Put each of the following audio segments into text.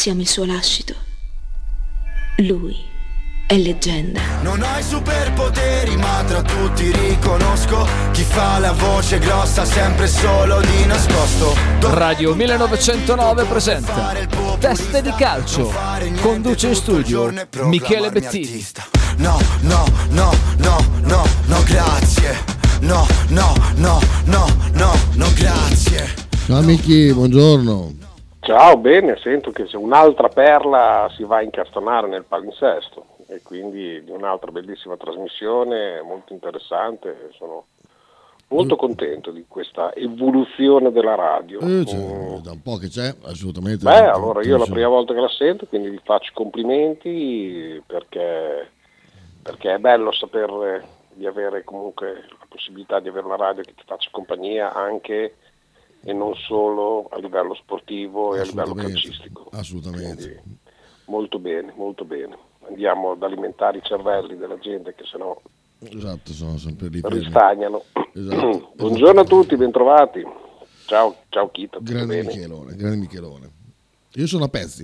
Siamo il suo lascito. Lui è leggenda. Non ho i superpoteri, ma tra tutti riconosco chi fa la voce grossa sempre solo di nascosto. Radio 1909 presenta Teste di calcio. Conduce in studio Michele Bettini. No, no, no, no, no, no, grazie. No, no, no, no, no, no, grazie. Ciao Michi, buongiorno. Ciao, bene, sento che c'è un'altra perla si va a incastonare nel palinsesto e quindi di un'altra bellissima trasmissione molto interessante. Sono molto contento di questa evoluzione della radio. Da un po' che c'è, assolutamente. Allora io è la prima volta che la sento, quindi vi faccio i complimenti perché è bello sapere di avere comunque la possibilità di avere una radio che ti faccia compagnia anche e non solo a livello sportivo e a livello calcistico. Assolutamente. Quindi, molto bene, molto bene. Andiamo ad alimentare i cervelli della gente che sennò sono sempre lì ristagnano. Esatto. Buongiorno a tutti, bentrovati. Ciao Chito. Grande Michelone. Io sono a pezzi,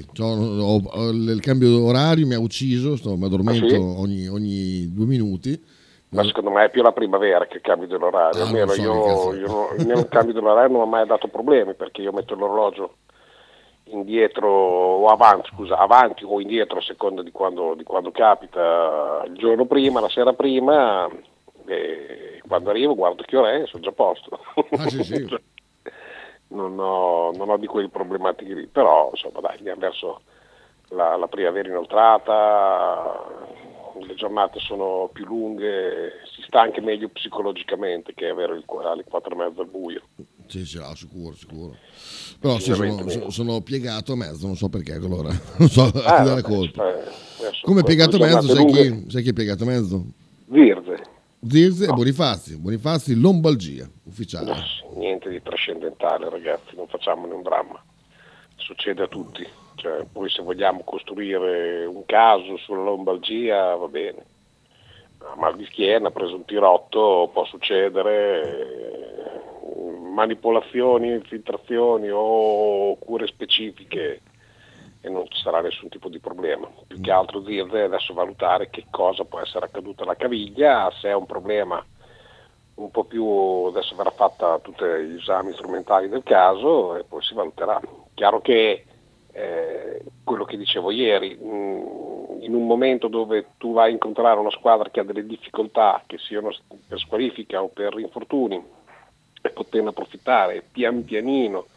il cambio orario mi ha ucciso, mi addormento ogni 2 minuti. Ma secondo me è più la primavera che il cambio dell'orario. Almeno io nel cambio dell'orario non ho mai dato problemi, perché io metto l'orologio indietro o avanti o indietro a seconda di quando capita, il giorno prima, la sera prima, e quando arrivo guardo che ora è, sono già a posto. Sì. non ho di quelle problematiche lì, però insomma dai, andiamo verso la primavera inoltrata, le giornate sono più lunghe, si sta anche meglio psicologicamente che avere alle 4:30 al buio. Sì, sicuro. Però sono piegato a mezzo, non so perché, allora non so a chi dare colpa. Come piegato a mezzo, sai chi è piegato a mezzo? Zirze e Bonifazzi, lombalgia ufficiale. Niente di trascendentale, ragazzi, non facciamone un dramma, succede a tutti. Cioè, poi se vogliamo costruire un caso sulla lombalgia va bene, mal di schiena, preso un tirotto, può succedere, manipolazioni, infiltrazioni o cure specifiche e non ci sarà nessun tipo di problema. Più che altro Zirze adesso valutare che cosa può essere accaduto alla caviglia, se è un problema un po' più, adesso verrà fatta tutti gli esami strumentali del caso e poi si valuterà. Chiaro che quello che dicevo ieri, in un momento dove tu vai a incontrare una squadra che ha delle difficoltà, che siano per squalifica o per infortuni, e poterne approfittare pian pianino,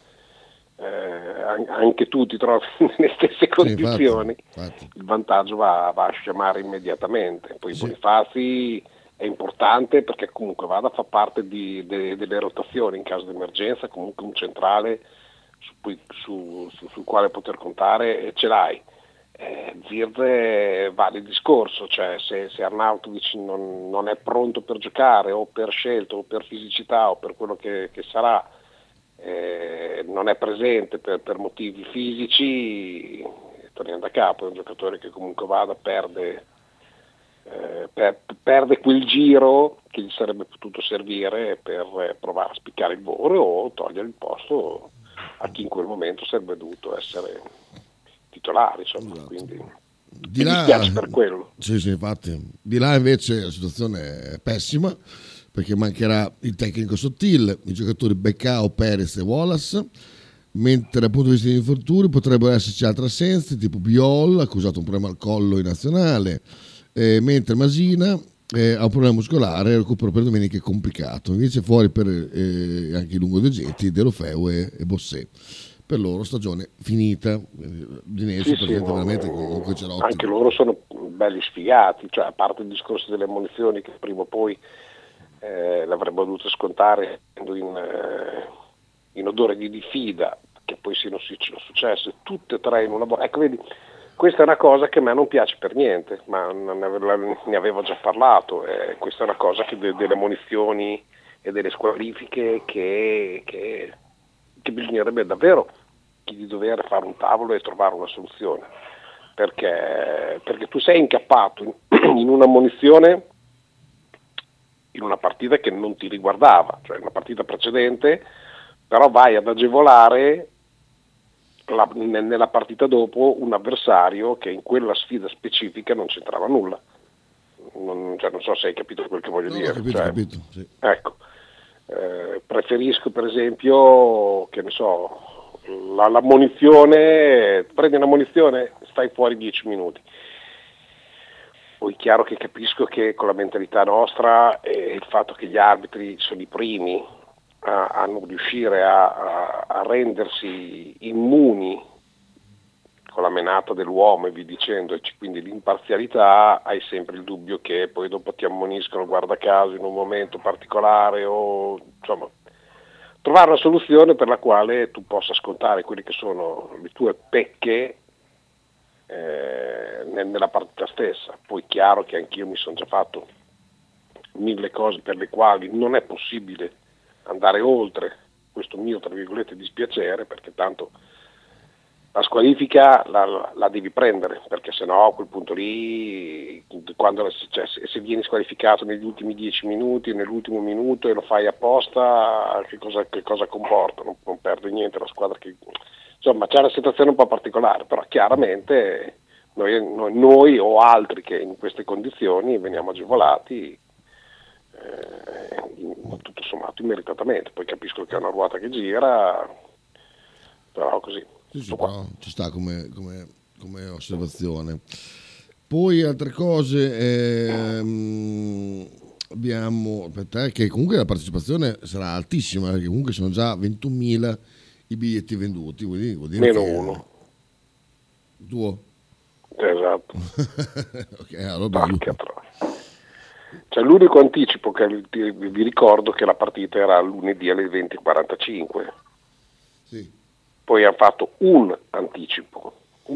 anche tu ti trovi nelle stesse condizioni, infatti. Il vantaggio va a sciamare immediatamente. Poi Bonifazzi è importante perché comunque vada a far parte delle rotazioni in caso di emergenza, comunque un centrale sul quale poter contare, e ce l'hai. Zirze vale il discorso, cioè se Arnautovic non è pronto per giocare o per scelta o per fisicità o per quello che sarà, non è presente per motivi fisici, torniamo da capo. È un giocatore che comunque perde quel giro che gli sarebbe potuto servire per provare a spiccare il volo o togliere il posto a chi in quel momento sarebbe dovuto essere titolare, insomma. Esatto. Quindi mi dispiace per quello. Sì, infatti. Di là invece la situazione è pessima, perché mancherà il tecnico Sottile, i giocatori Beccao, Perez e Wallace, mentre dal punto di vista degli infortuni potrebbero esserci altre assenze, tipo Biol, accusato un problema al collo in nazionale, mentre Masina ha un problema muscolare, il recupero per domenica è complicato. Invece fuori per anche i lungodegetti, Delofeu e Bossé. Per loro stagione finita. Dinesi veramente comunque Cerotti. Anche loro sono belli sfigati, cioè a parte il discorso delle munizioni che prima o poi l'avrebbero dovuto scontare in odore di diffida, che poi siano successe tutte e tre in una volta. Ecco, vedi, questa è una cosa che a me non piace per niente, ma ne avevo già parlato. Questa è una cosa delle munizioni e delle squalifiche che bisognerebbe davvero di dover fare un tavolo e trovare una soluzione, perché tu sei incappato in una munizione in una partita che non ti riguardava, cioè una partita precedente, però vai ad agevolare nella partita dopo un avversario che in quella sfida specifica non c'entrava nulla. Non so se hai capito quel che voglio dire. Ho capito, sì. Ecco, preferisco per esempio, che ne so, la munizione, prendi una munizione, stai fuori 10 minuti. Poi è chiaro che capisco che con la mentalità nostra e il fatto che gli arbitri sono i primi a non riuscire a rendersi immuni con la menata dell'uomo e vi dicendo, e quindi l'imparzialità, hai sempre il dubbio che poi dopo ti ammoniscono guarda caso in un momento particolare, o insomma trovare una soluzione per la quale tu possa scontare quelle che sono le tue pecche nella partita stessa. Poi chiaro che anch'io mi sono già fatto 1000 cose per le quali non è possibile andare oltre questo mio tra virgolette dispiacere, perché tanto la squalifica la devi prendere, perché sennò a quel punto lì, se vieni squalificato negli ultimi 10 minuti, nell'ultimo minuto e lo fai apposta, che cosa comporta? Non perde niente la squadra che... Insomma, c'è una situazione un po' particolare, però chiaramente noi o altri che in queste condizioni veniamo agevolati tutto sommato immeritatamente. Poi capisco che è una ruota che gira, però così. Sì, però ci sta come osservazione. Poi altre cose, abbiamo per te che comunque la partecipazione sarà altissima, perché comunque sono già 21.000 i biglietti venduti, vuol dire meno che uno tuo. Esatto. Ok, allora cioè l'unico anticipo che vi ricordo che la partita era lunedì alle 20:45. Sì. Poi hanno fatto un anticipo,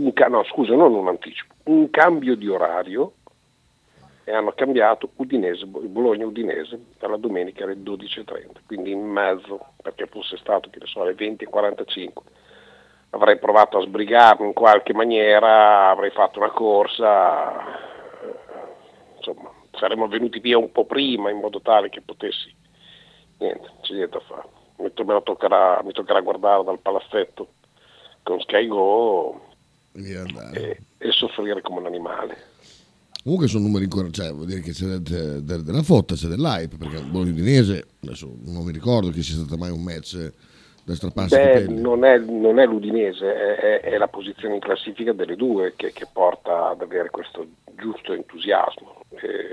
un cambio di orario, e hanno cambiato Bologna-Udinese dalla domenica alle 12:30, quindi in mezzo, perché fosse stato che ne so alle 20:45 avrei provato a sbrigarmi in qualche maniera, avrei fatto una corsa, insomma saremmo venuti via un po' prima in modo tale che potessi, niente, c'è niente da fare. Mi toccherà guardare dal palazzetto con Sky Go e soffrire come un animale. Comunque sono numeri cioè vuol dire che c'è della fotta, c'è dell'hype, perché il Bologna Udinese adesso non mi ricordo che sia stato mai un match da strapparsi i capelli. Non è l'Udinese, è la posizione in classifica delle due che porta ad avere questo giusto entusiasmo,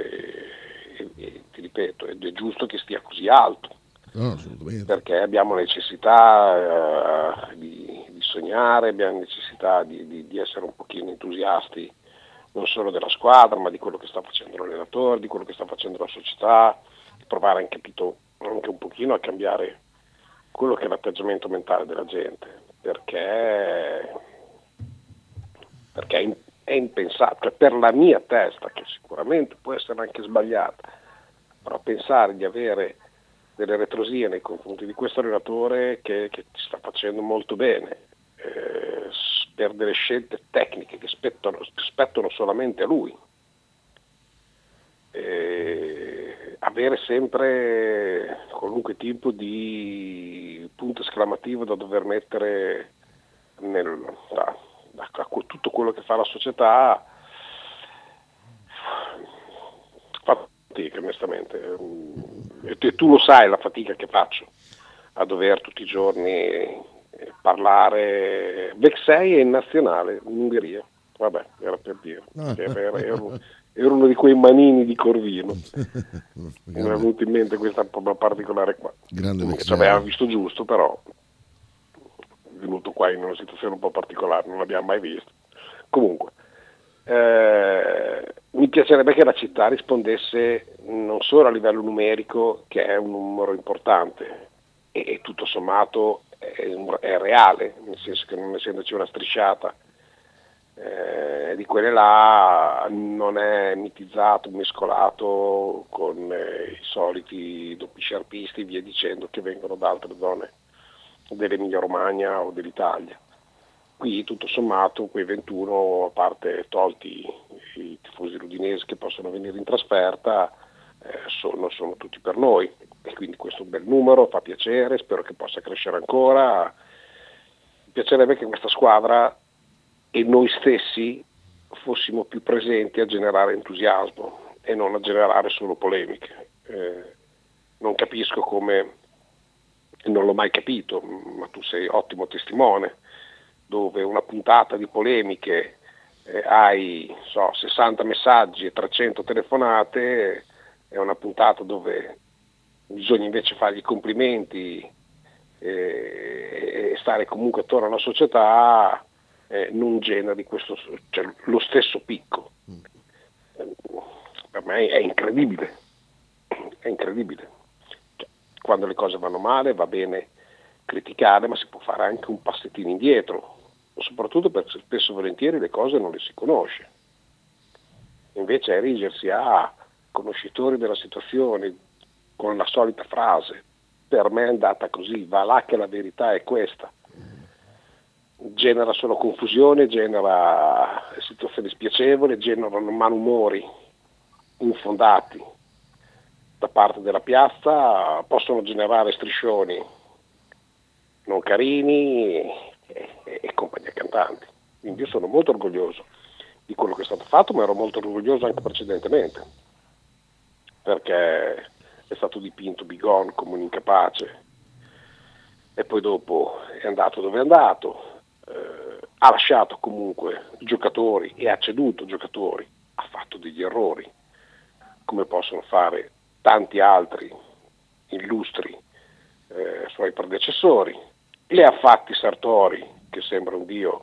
e ti ripeto, ed è giusto che stia così alto. No, assolutamente. Perché abbiamo necessità di sognare, abbiamo necessità di essere un pochino entusiasti non solo della squadra, ma di quello che sta facendo l'allenatore, di quello che sta facendo la società, di provare anche un pochino a cambiare quello che è l'atteggiamento mentale della gente, perché è impensabile, per la mia testa, che sicuramente può essere anche sbagliata, però pensare di avere delle retrosie nei confronti di questo allenatore che ci sta facendo molto bene, per delle scelte tecniche che spettano solamente a lui, avere sempre qualunque tipo di punto esclamativo da dover mettere a tutto quello che fa la società, fa fatica onestamente, e tu lo sai la fatica che faccio a dover tutti i giorni parlare. Vexei è in nazionale in Ungheria, vabbè, era per dire, ero uno di quei manini di Corvino. Mi è venuto in mente questa particolare qua, che ci aveva visto giusto, però è venuto qua in una situazione un po' particolare, non l'abbiamo mai visto. Comunque mi piacerebbe che la città rispondesse non solo a livello numerico, che è un numero importante e tutto sommato è reale, nel senso che non essendoci una strisciata di quelle là, non è mitizzato, mescolato con i soliti doppi sciarpisti, via dicendo, che vengono da altre zone dell'Emilia Romagna o dell'Italia. Qui tutto sommato quei 21, a parte tolti i tifosi udinesi che possono venire in trasferta, sono tutti per noi, e quindi questo è un bel numero, fa piacere, spero che possa crescere ancora. piacerebbe che questa squadra e noi stessi fossimo più presenti a generare entusiasmo e non a generare solo polemiche. Non capisco come, non l'ho mai capito, ma tu sei ottimo testimone, dove una puntata di polemiche hai 60 messaggi e 300 telefonate, è una puntata dove bisogna invece fargli i complimenti e stare comunque attorno alla società, non generi questo, cioè, lo stesso picco. Per me è incredibile, Cioè, quando le cose vanno male va bene criticare, ma si può fare anche un passettino indietro, soprattutto perché spesso e volentieri le cose non le si conosce. Invece erigersi a conoscitori della situazione con la solita frase, per me è andata così, va là che la verità è questa, genera solo confusione, genera situazioni spiacevoli, generano malumori infondati da parte della piazza, possono generare striscioni non carini e compagnia cantanti. Quindi io sono molto orgoglioso di quello che è stato fatto, ma ero molto orgoglioso anche precedentemente, perché è stato dipinto Bigon come un incapace e poi dopo è andato dove è andato, ha lasciato comunque giocatori e ha ceduto giocatori, ha fatto degli errori come possono fare tanti altri illustri suoi predecessori, li ha fatti Sartori, che sembra un dio,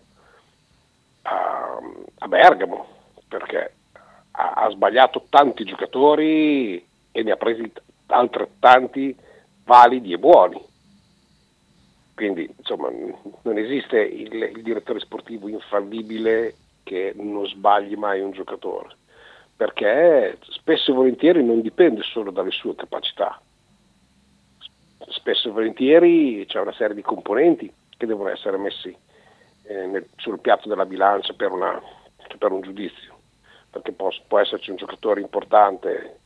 a Bergamo, perché ha sbagliato tanti giocatori e ne ha presi altrettanti validi e buoni. Quindi insomma non esiste il direttore sportivo infallibile che non sbagli mai un giocatore, perché spesso e volentieri non dipende solo dalle sue capacità, spesso e volentieri c'è una serie di componenti che devono essere messi sul piatto della bilancia per un giudizio, perché può esserci un giocatore importante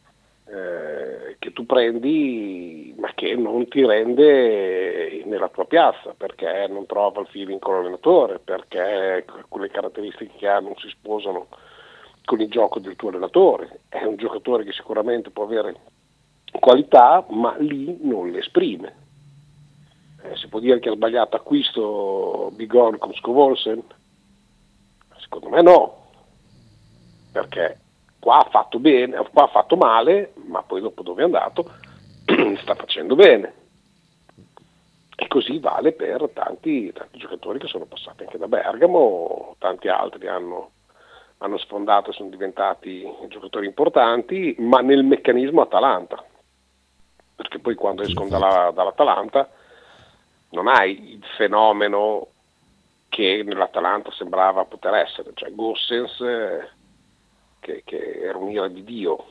che tu prendi ma che non ti rende nella tua piazza, perché non trova il feeling con l'allenatore, perché quelle caratteristiche che ha non si sposano con il gioco del tuo allenatore. È un giocatore che sicuramente può avere qualità, ma lì non le esprime. Si può dire che ha sbagliato acquisto Bigon con Scovolsen? Secondo me no, perché qua ha fatto bene, qua ha fatto male, ma poi dopo dove è andato sta facendo bene. E così vale per tanti giocatori che sono passati anche da Bergamo, tanti altri hanno sfondato e sono diventati giocatori importanti, ma nel meccanismo Atalanta, perché poi quando escono dall'Atalanta non hai il fenomeno che nell'Atalanta sembrava poter essere, cioè Gossens che era un'ira di Dio.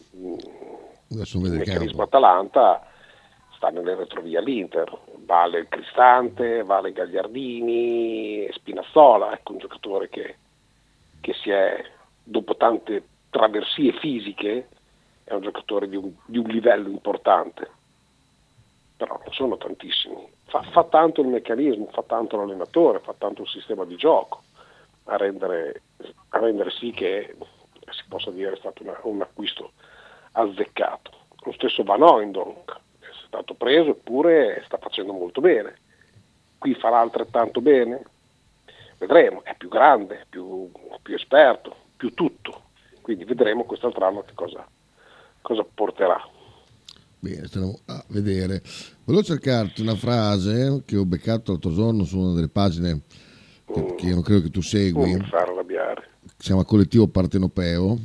Il meccanismo Atalanta sta nelle retrovie all'Inter, vale il Cristante, vale Gagliardini, Spinazzola, ecco un giocatore che si è, dopo tante traversie fisiche, è un giocatore di un livello importante, però non sono tantissimi. Fa tanto il meccanismo, fa tanto l'allenatore, fa tanto il sistema di gioco a rendere sì che si possa dire è stato un acquisto azzeccato. Lo stesso Van Hooijdonk è stato preso eppure sta facendo molto bene. Qui farà altrettanto bene? Vedremo, è più grande, più esperto, più tutto. Quindi vedremo quest'altro anno che cosa porterà. Bene, stiamo a vedere. Volevo cercarti una frase che ho beccato l'altro giorno su una delle pagine che non credo che tu segui. Non mi fare arrabbiare. Si chiama Collettivo Partenopeo.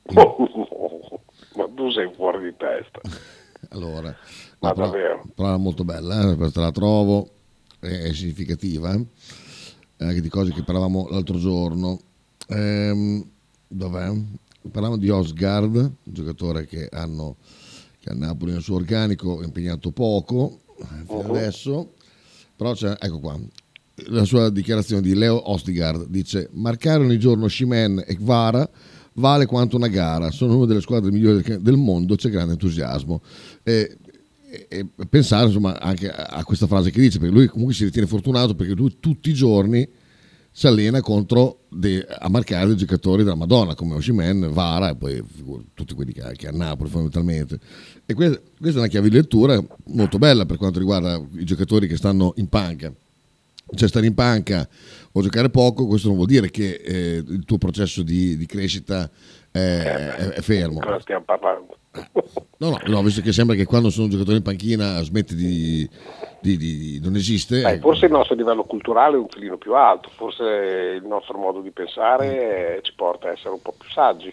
Ma tu sei fuori di testa. Allora, ma davvero? Però è molto bella, questa la trovo, è significativa, anche di cose che parlavamo l'altro giorno. Dov'è? Parlavamo di Osgard, un giocatore che a Napoli nel suo organico è impegnato poco fino adesso, però ecco qua la sua dichiarazione di Leo Ostigard, dice: marcare ogni giorno Scimen e Kvara vale quanto una gara, sono una delle squadre migliori del mondo, c'è grande entusiasmo, e e pensare insomma anche a questa frase che dice, perché lui comunque si ritiene fortunato perché lui tutti i giorni si allena a marcare dei giocatori della Madonna come Osimhen, Vara e poi tutti quelli che ha a Napoli fondamentalmente. E questa è una chiave di lettura molto bella per quanto riguarda i giocatori che stanno in panca. Cioè stare in panca o giocare poco, questo non vuol dire che il tuo processo di crescita è fermo. Cosa stiamo parlando? No, visto che sembra che quando sono un giocatore in panchina smette di non esiste. Forse il nostro livello culturale è un filino più alto, forse il nostro modo di pensare ci porta a essere un po' più saggi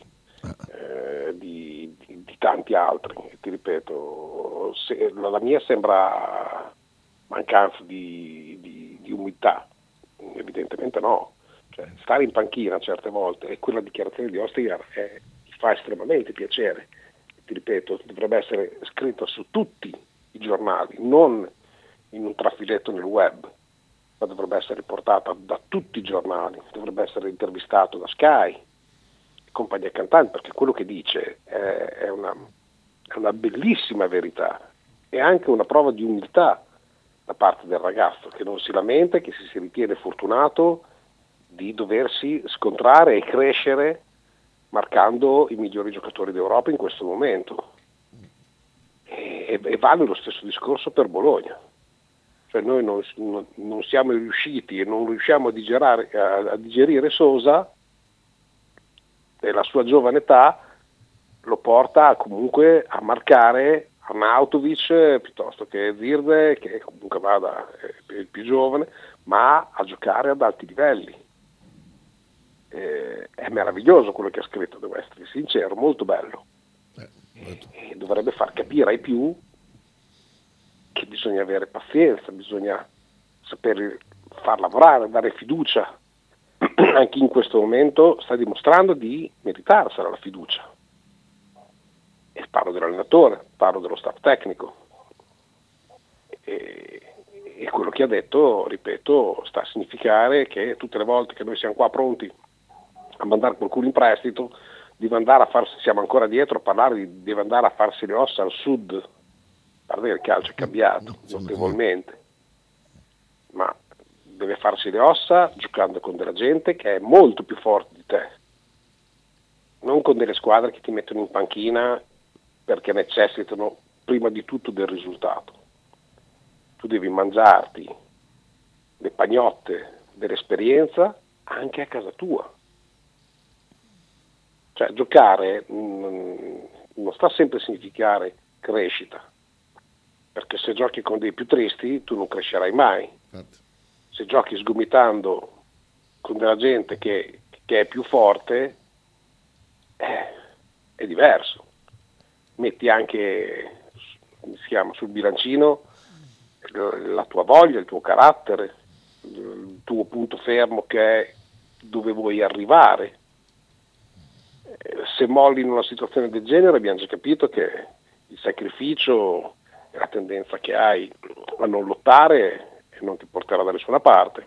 di tanti altri. Ti ripeto, la mia sembra mancanza di umiltà, evidentemente no. Cioè, stare in panchina certe volte, e quella dichiarazione di Ostigar fa estremamente piacere. Ti ripeto, dovrebbe essere scritto su tutti i giornali, non in un trafiletto nel web, ma dovrebbe essere riportata da tutti i giornali, dovrebbe essere intervistato da Sky, compagnia cantante, perché quello che dice è una bellissima verità, è anche una prova di umiltà da parte del ragazzo, che non si lamenta, che si ritiene fortunato di doversi scontrare e crescere marcando i migliori giocatori d'Europa in questo momento. E vale lo stesso discorso per Bologna. Cioè noi non siamo riusciti e non riusciamo a digerire Sosa, e la sua giovane età lo porta comunque a marcare Arnautovic piuttosto che Zirde, che comunque è il più giovane, ma a giocare ad alti livelli. È meraviglioso quello che ha scritto, devo essere sincero, molto bello. E dovrebbe far capire ai più che bisogna avere pazienza, bisogna saper far lavorare, dare fiducia. Anche in questo momento sta dimostrando di meritarsela la fiducia. E parlo dell'allenatore, parlo dello staff tecnico. E quello che ha detto, ripeto, sta a significare che tutte le volte che noi siamo qua pronti a mandare qualcuno in prestito, siamo ancora dietro a parlare deve andare a farsi le ossa al sud. Guarda, il calcio è cambiato notevolmente, ma deve farsi le ossa giocando con della gente che è molto più forte di te, non con delle squadre che ti mettono in panchina perché necessitano prima di tutto del risultato. Tu devi mangiarti le pagnotte dell'esperienza anche a casa tua. Cioè giocare non sta sempre a significare crescita, perché se giochi con dei più tristi tu non crescerai mai. Se giochi sgomitando con della gente che è più forte è diverso. Metti anche, come si chiama, sul bilancino la tua voglia, il tuo carattere, il tuo punto fermo, che è dove vuoi arrivare. Se molli in una situazione del genere abbiamo già capito che il sacrificio e la tendenza che hai a non lottare non ti porterà da nessuna parte.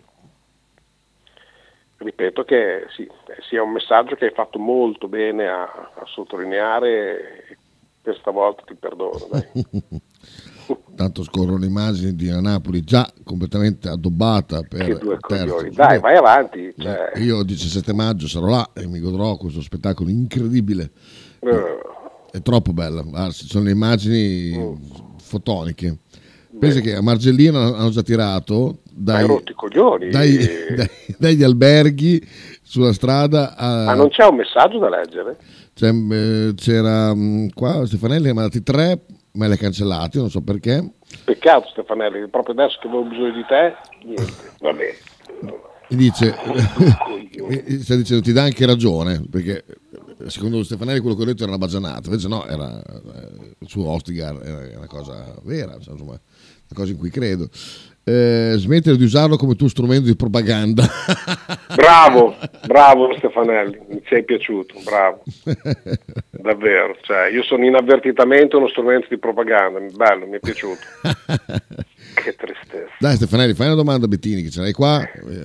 Ripeto che sì, sia un messaggio che hai fatto molto bene a sottolineare, e per stavolta ti perdono. Dai. Tanto scorrono immagini di una Napoli già completamente addobbata per il terzo. Dai, vai avanti. Cioè. Io il 17 maggio sarò là e mi godrò questo spettacolo incredibile. È troppo bella. Sono le immagini fotoniche. Pensi che a Margellino hanno già tirato rotti i coglioni. dagli alberghi sulla strada Ma non c'è un messaggio da leggere? C'era qua Stefanelli che mi ha dati 3, me li ha cancellati, non so perché. Peccato Stefanelli, proprio adesso che avevo bisogno di te, niente, vabbè. Dice, sta dicendo, ti dà anche ragione, perché secondo Stefanelli quello che ho detto era una baggianata, invece no, era il suo Ostigar, è una cosa vera, insomma, una cosa in cui credo. Smettere di usarlo come tuo strumento di propaganda. Bravo Stefanelli, mi sei piaciuto, bravo, davvero, cioè io sono inavvertitamente uno strumento di propaganda, bello, mi è piaciuto. Che tristezza. Dai Stefanelli, fai una domanda a Bettini che ce l'hai qua.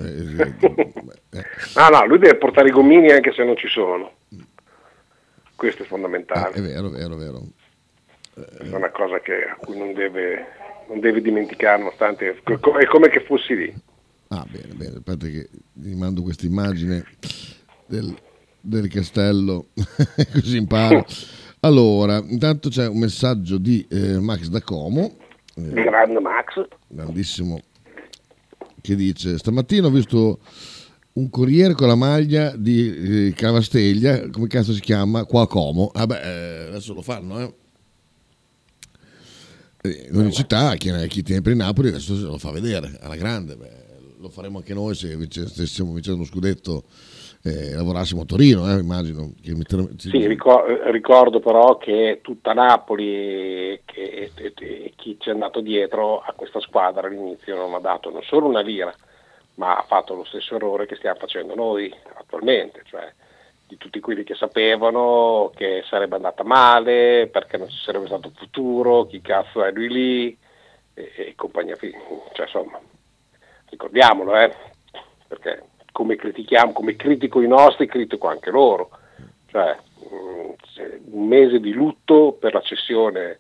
No, lui deve portare i gommini anche se non ci sono, questo è fondamentale. È vero. Questa è una cosa a cui non deve dimenticare, nonostante è come che fossi lì. Ah, bene, aspetta che vi mando questa immagine del castello, così imparo. Allora, intanto c'è un messaggio di Max da Como, Grande Max. grandissimo, che dice: stamattina ho visto un corriere con la maglia di Cavasteglia, come cazzo si chiama, qua a Como. Adesso lo fanno, in ogni città, chi tiene per il Napoli adesso se lo fa vedere alla grande. Lo faremo anche noi se stessimo vincendo uno scudetto, lavorassimo a Torino, immagino che sì, ricordo però che tutta Napoli e chi ci è andato dietro a questa squadra all'inizio non ha dato non solo una lira, ma ha fatto lo stesso errore che stiamo facendo noi attualmente, cioè di tutti quelli che sapevano che sarebbe andata male perché non ci sarebbe stato futuro, chi cazzo è lui lì e compagnia, cioè insomma, ricordiamolo, perché come critichiamo, come critico i nostri, critico anche loro, cioè un mese di lutto per la cessione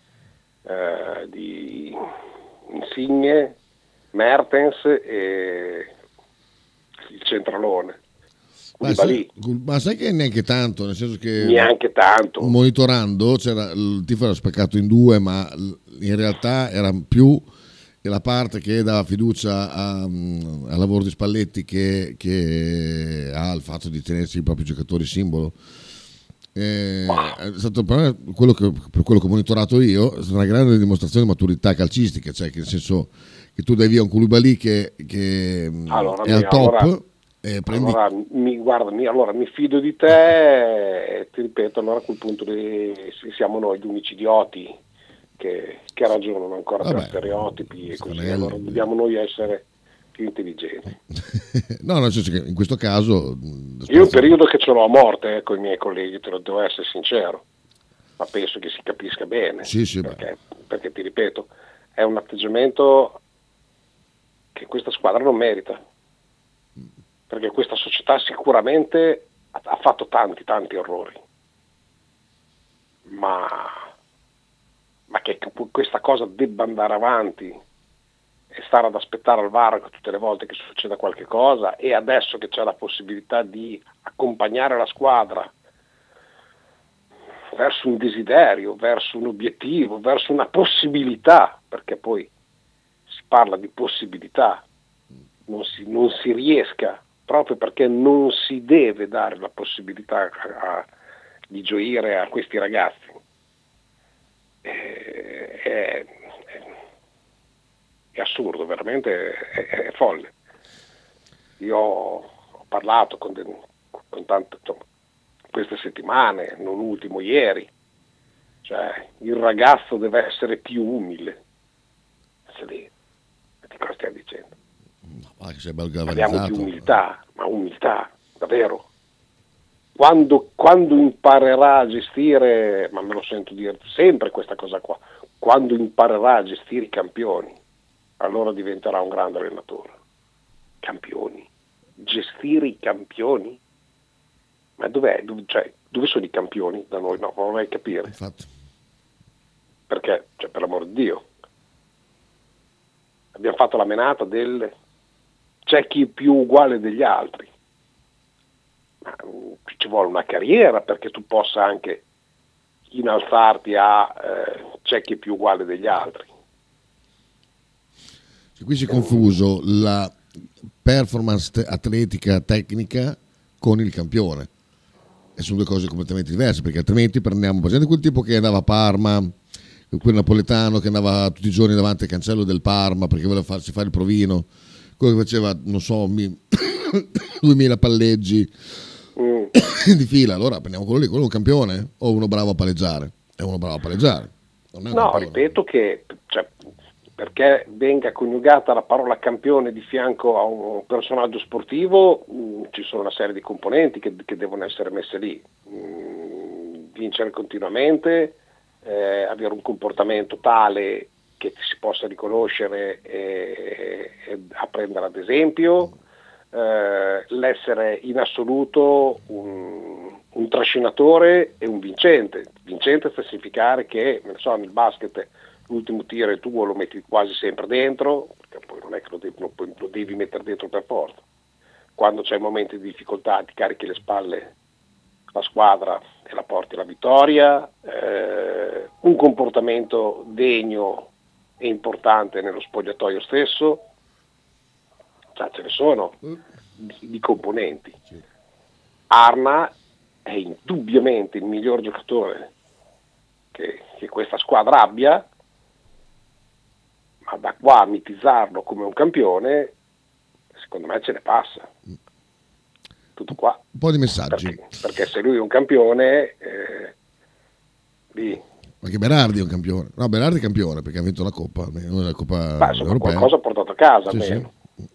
di Insigne, Mertens e il centralone. Ma sai che neanche tanto, nel senso che neanche tanto. Monitorando il tifo era spaccato in due, ma in realtà era più la parte che dava fiducia al lavoro di Spalletti che al fatto di tenersi i propri giocatori simbolo. È stato per quello che ho monitorato io, è stata una grande dimostrazione di maturità calcistica, cioè che nel senso che tu dai via un Koulibaly che è al top. Allora mi fido di te e ti ripeto, allora a quel punto siamo noi gli unici idioti che ragionano ancora per stereotipi e così, allora dobbiamo noi essere più intelligenti. No, nel senso che in questo caso io un periodo che ce l'ho a morte con i miei colleghi, te lo devo essere sincero, ma penso che si capisca bene, sì, perché ti ripeto, è un atteggiamento che questa squadra non merita, perché questa società sicuramente ha fatto tanti errori, ma che questa cosa debba andare avanti e stare ad aspettare al VAR tutte le volte che succeda qualche cosa, e adesso che c'è la possibilità di accompagnare la squadra verso un desiderio, verso un obiettivo, verso una possibilità, perché poi si parla di possibilità, non si riesca, proprio perché non si deve dare la possibilità di gioire a questi ragazzi. È assurdo, veramente è folle. Io ho parlato con tante, queste settimane, non ultimo ieri, cioè il ragazzo deve essere più umile. Di cosa stiamo dicendo? Parliamo di umiltà, ma umiltà, davvero. Quando imparerà a gestire, ma me lo sento dire sempre questa cosa qua, quando imparerà a gestire i campioni, allora diventerà un grande allenatore. Campioni? Gestire i campioni? Ma dove sono i campioni da noi? No, vorrei capire. Infatti. Perché, per l'amor di Dio, abbiamo fatto la menata c'è chi è più uguale degli altri. Ma ci vuole una carriera perché tu possa anche innalzarti c'è chi è più uguale degli altri. Qui si è confuso la performance atletica tecnica con il campione, e sono due cose completamente diverse, perché altrimenti prendiamo per esempio quel tipo che andava a Parma, quel napoletano che andava tutti i giorni davanti al cancello del Parma perché voleva farsi fare il provino, quello che faceva 2000 palleggi di fila. Allora prendiamo quello lì, quello è un campione o uno bravo a palleggiare? È uno bravo a palleggiare, non è un campione. Ripeto che perché venga coniugata la parola campione di fianco a un personaggio sportivo, ci sono una serie di componenti che devono essere messe lì. Vincere continuamente, avere un comportamento tale che si possa riconoscere e apprendere ad esempio, l'essere in assoluto un un trascinatore e un vincente. Vincente sta a significare che, non so, nel basket l'ultimo tiro è tuo, lo metti quasi sempre dentro, perché poi non è che lo devi mettere dentro per forza. Quando c'è momenti di difficoltà ti carichi le spalle la squadra e la porti alla vittoria, un comportamento degno e importante nello spogliatoio stesso, cioè ce ne sono di componenti. Arna è indubbiamente il miglior giocatore che questa squadra abbia, ma da qua a mitizzarlo come un campione, secondo me ce ne passa. Tutto qua. Un po' di messaggi. Perché se lui è un campione, lì. Anche Berardi è un campione. No, Berardi è campione perché ha vinto la Coppa, almeno la Coppa europea. Qualcosa ha portato a casa, sì, almeno. Sì.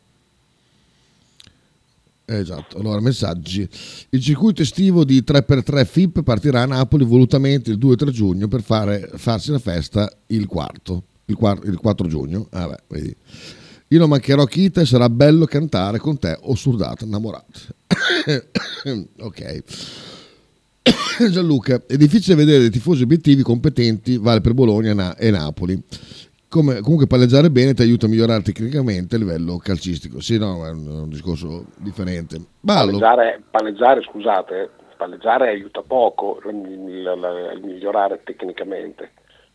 Esatto, allora messaggi. Il circuito estivo di 3x3 FIP partirà a Napoli volutamente il 2-3 giugno per farsi la festa il 4 giugno. Vedi. Io non mancherò Kita e sarà bello cantare con te, Osurdata innamorata. Ok. Gianluca, è difficile vedere dei tifosi obiettivi competenti, vale per Bologna e Napoli. Comunque palleggiare bene ti aiuta a migliorare tecnicamente a livello calcistico. Sì, no, è un discorso differente. Palleggiare, scusate, palleggiare aiuta poco a migliorare tecnicamente.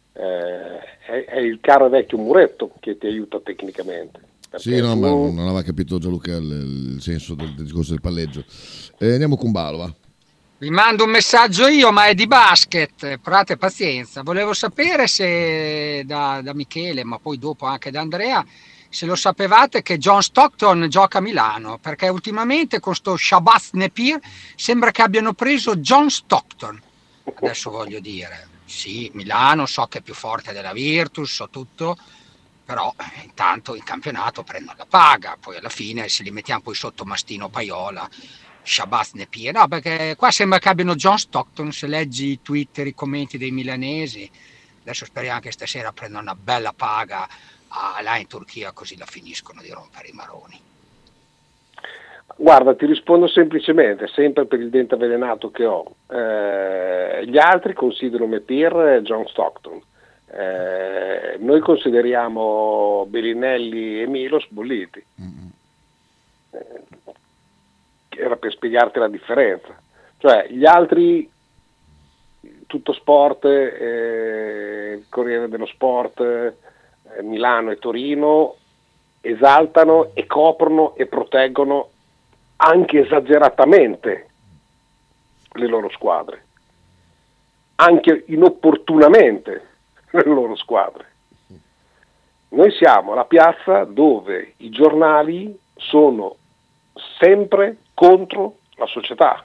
È il caro e vecchio muretto che ti aiuta tecnicamente. Sì, no, ma non aveva capito Gianluca il senso del discorso del palleggio. Andiamo con Balova. Vi mando un messaggio io, ma è di basket, provate pazienza. Volevo sapere se da Michele, ma poi dopo anche da Andrea, se lo sapevate che John Stockton gioca a Milano, perché ultimamente con sto Shabazz Napier sembra che abbiano preso John Stockton. Adesso voglio dire, sì, Milano so che è più forte della Virtus, so tutto, però intanto in campionato prendono la paga, poi alla fine se li mettiamo poi sotto Mastino Paiola, Shabazz Napier, no, perché qua sembra che abbiano John Stockton, se leggi i Twitter, i commenti dei milanesi. Adesso speriamo che stasera prendano una bella paga là in Turchia, così la finiscono di rompere i maroni. Guarda, ti rispondo semplicemente, sempre per il dente avvelenato che ho. Gli altri considerano Napier John Stockton. Noi consideriamo Bellinelli e Milos bolliti. Era per spiegarti la differenza, cioè gli altri Tutto Sport, Corriere dello Sport, Milano e Torino esaltano e coprono e proteggono anche esageratamente le loro squadre, anche inopportunamente le loro squadre. Noi siamo la piazza dove i giornali sono sempre contro la società.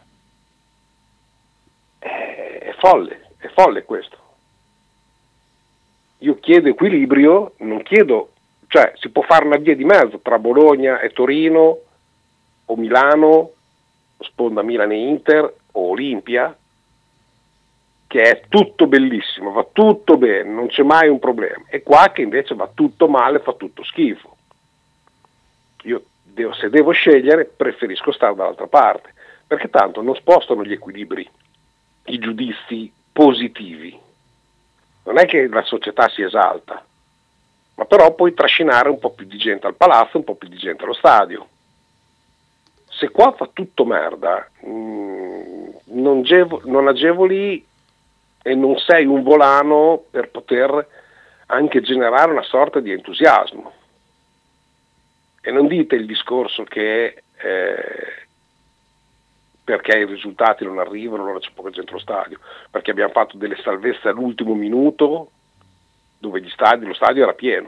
È folle questo. Io chiedo equilibrio, non chiedo, cioè si può fare una via di mezzo tra Bologna e Torino o Milano, sponda Milan e Inter o Olimpia, che è tutto bellissimo, va tutto bene, non c'è mai un problema. E qua che invece va tutto male, fa tutto schifo. Io se devo scegliere preferisco stare dall'altra parte, perché tanto non spostano gli equilibri, i giudizi positivi. Non è che la società si esalta, ma però puoi trascinare un po' più di gente al palazzo, un po' più di gente allo stadio. Se qua fa tutto merda, non agevoli e non sei un volano per poter anche generare una sorta di entusiasmo. E non dite il discorso che perché i risultati non arrivano, allora c'è poca gente allo stadio, perché abbiamo fatto delle salvezze all'ultimo minuto dove lo stadio era pieno,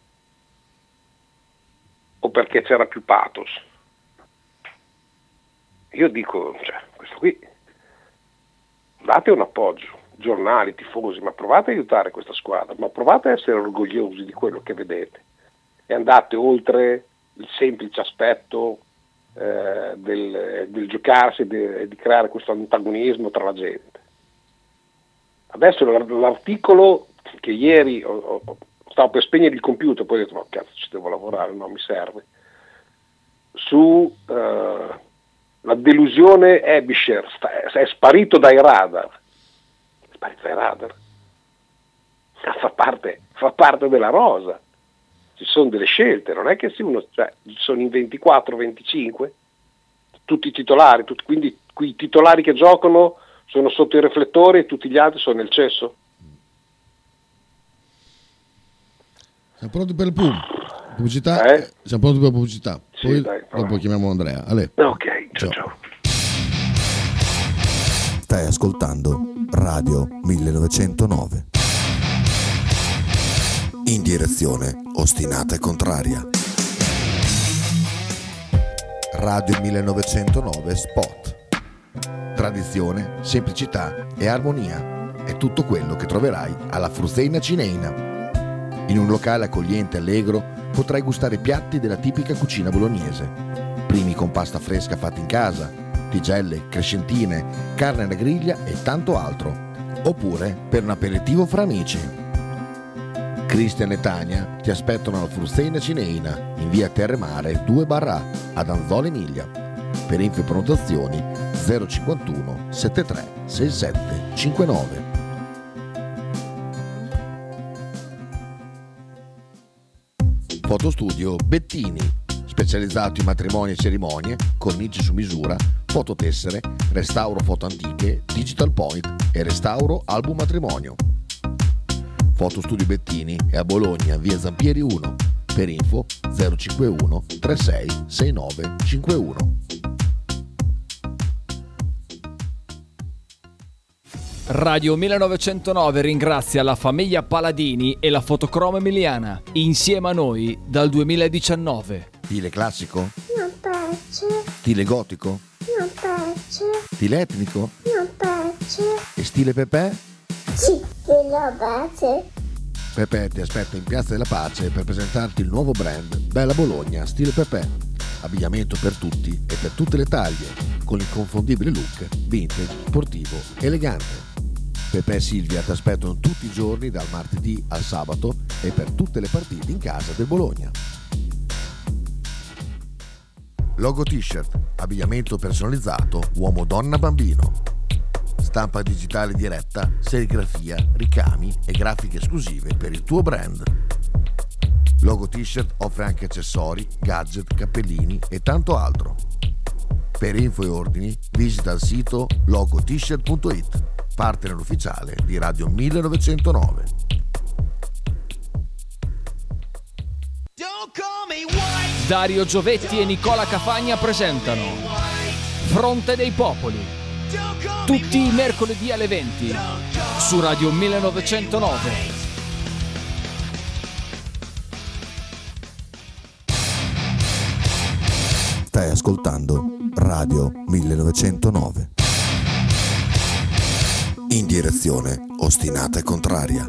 o perché c'era più pathos. Io dico, questo qui, date un appoggio, giornali, tifosi, ma provate a aiutare questa squadra, ma provate a essere orgogliosi di quello che vedete e andate oltre il semplice aspetto del giocarsi e di creare questo antagonismo tra la gente. Adesso l'articolo che ieri stavo per spegnere il computer, poi ho detto, ma cazzo, ci devo lavorare, no, mi serve, su la delusione Abisher è sparito dai radar. Fa parte della rosa. Ci sono delle scelte, non è che se uno, sono in 24, 25, tutti i titolari, quindi i titolari che giocano sono sotto i riflettori e tutti gli altri sono nel cesso. Siamo pronti per il pubblicità? Siamo pronti per la pubblicità. Sì, Poi dai, dopo chiamiamo Andrea. Ale. Ok, ciao. Stai ascoltando Radio 1909. In direzione ostinata e contraria. Radio 1909 Spot. Tradizione, semplicità e armonia è tutto quello che troverai alla Fruzeina Cineina. In un locale accogliente e allegro potrai gustare piatti della tipica cucina bolognese. Primi con pasta fresca fatta in casa, tigelle, crescentine, carne alla griglia e tanto altro. Oppure per un aperitivo fra amici. Cristian e Tania ti aspettano alla Fruzeina Cineina in via Terremare 2/A ad Anzola Emilia. Per info e prenotazioni 051 73 67 59. Fotostudio Bettini, specializzato in matrimoni e cerimonie, cornici su misura, fototessere, restauro foto antiche, digital point e restauro album matrimonio. Fotostudio Bettini è a Bologna, via Zampieri 1. Per info 051 36 69 51. Radio 1909 ringrazia la famiglia Paladini e la Fotocromo Emiliana, insieme a noi dal 2019. Stile classico? Non piace. Stile gotico? Non piace. Stile etnico? Non piace. E stile Pepe? Sì, lo piace. Pepe ti aspetta in Piazza della Pace per presentarti il nuovo brand Bella Bologna Stile Pepe. Abbigliamento per tutti e per tutte le taglie, con l'inconfondibile look vintage, sportivo, elegante. Pepe e Silvia ti aspettano tutti i giorni dal martedì al sabato e per tutte le partite in casa del Bologna. Logo t-shirt, abbigliamento personalizzato uomo, donna, bambino. Stampa digitale diretta, serigrafia, ricami e grafiche esclusive per il tuo brand. Logo t-shirt offre anche accessori, gadget, cappellini e tanto altro. Per info e ordini visita il sito logotshirt.it, partner ufficiale di Radio 1909. Dario Giovetti e Nicola Cafagna presentano Fronte dei Popoli, tutti i mercoledì alle 20 su Radio 1909. Stai ascoltando Radio 1909. In direzione ostinata e contraria.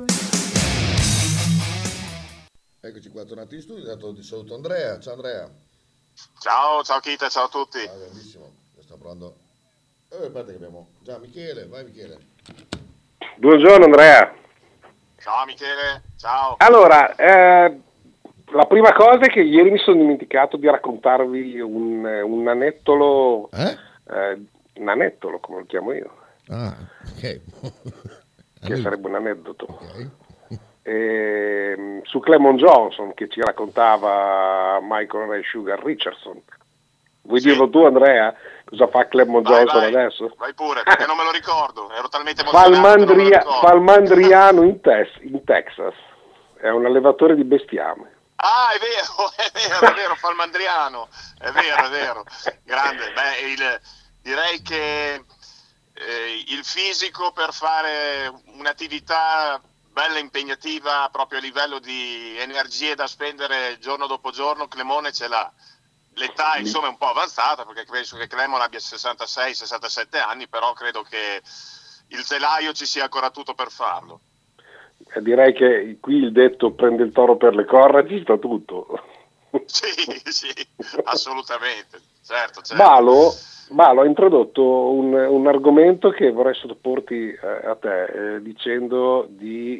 Eccoci qua, tornati in studio, dato di saluto Andrea. Ciao Andrea. Ciao Kita, ciao a tutti. Ah, grandissimo, stiamo provando. Aspetta che abbiamo già Michele, vai Michele. Buongiorno Andrea. Ciao Michele, ciao. Allora, la prima cosa è che ieri mi sono dimenticato di raccontarvi un anettolo, un anettolo come lo chiamo io. Ah, ok. Che sarebbe un aneddoto. Ok. Su Clemon Johnson che ci raccontava Michael Ray Sugar Richardson. Vuoi dirlo tu Andrea? Cosa fa Clemon Johnson adesso? Vai pure, perché non me lo ricordo, ero talmente emozionato. Falmandriano in Texas, è un allevatore di bestiame. Ah, è vero, Falmandriano, è vero, grande. Beh, direi che il fisico per fare un'attività bella impegnativa proprio a livello di energie da spendere giorno dopo giorno, Clemone ce l'ha. L'età insomma è un po' avanzata perché penso che Clemone abbia 66-67 anni, però credo che il telaio ci sia ancora tutto per farlo. Direi che qui il detto prende il toro per le corna, ci sta tutto. Sì, assolutamente, certo. Balo ha introdotto un argomento che vorrei sottoporti a te, dicendo di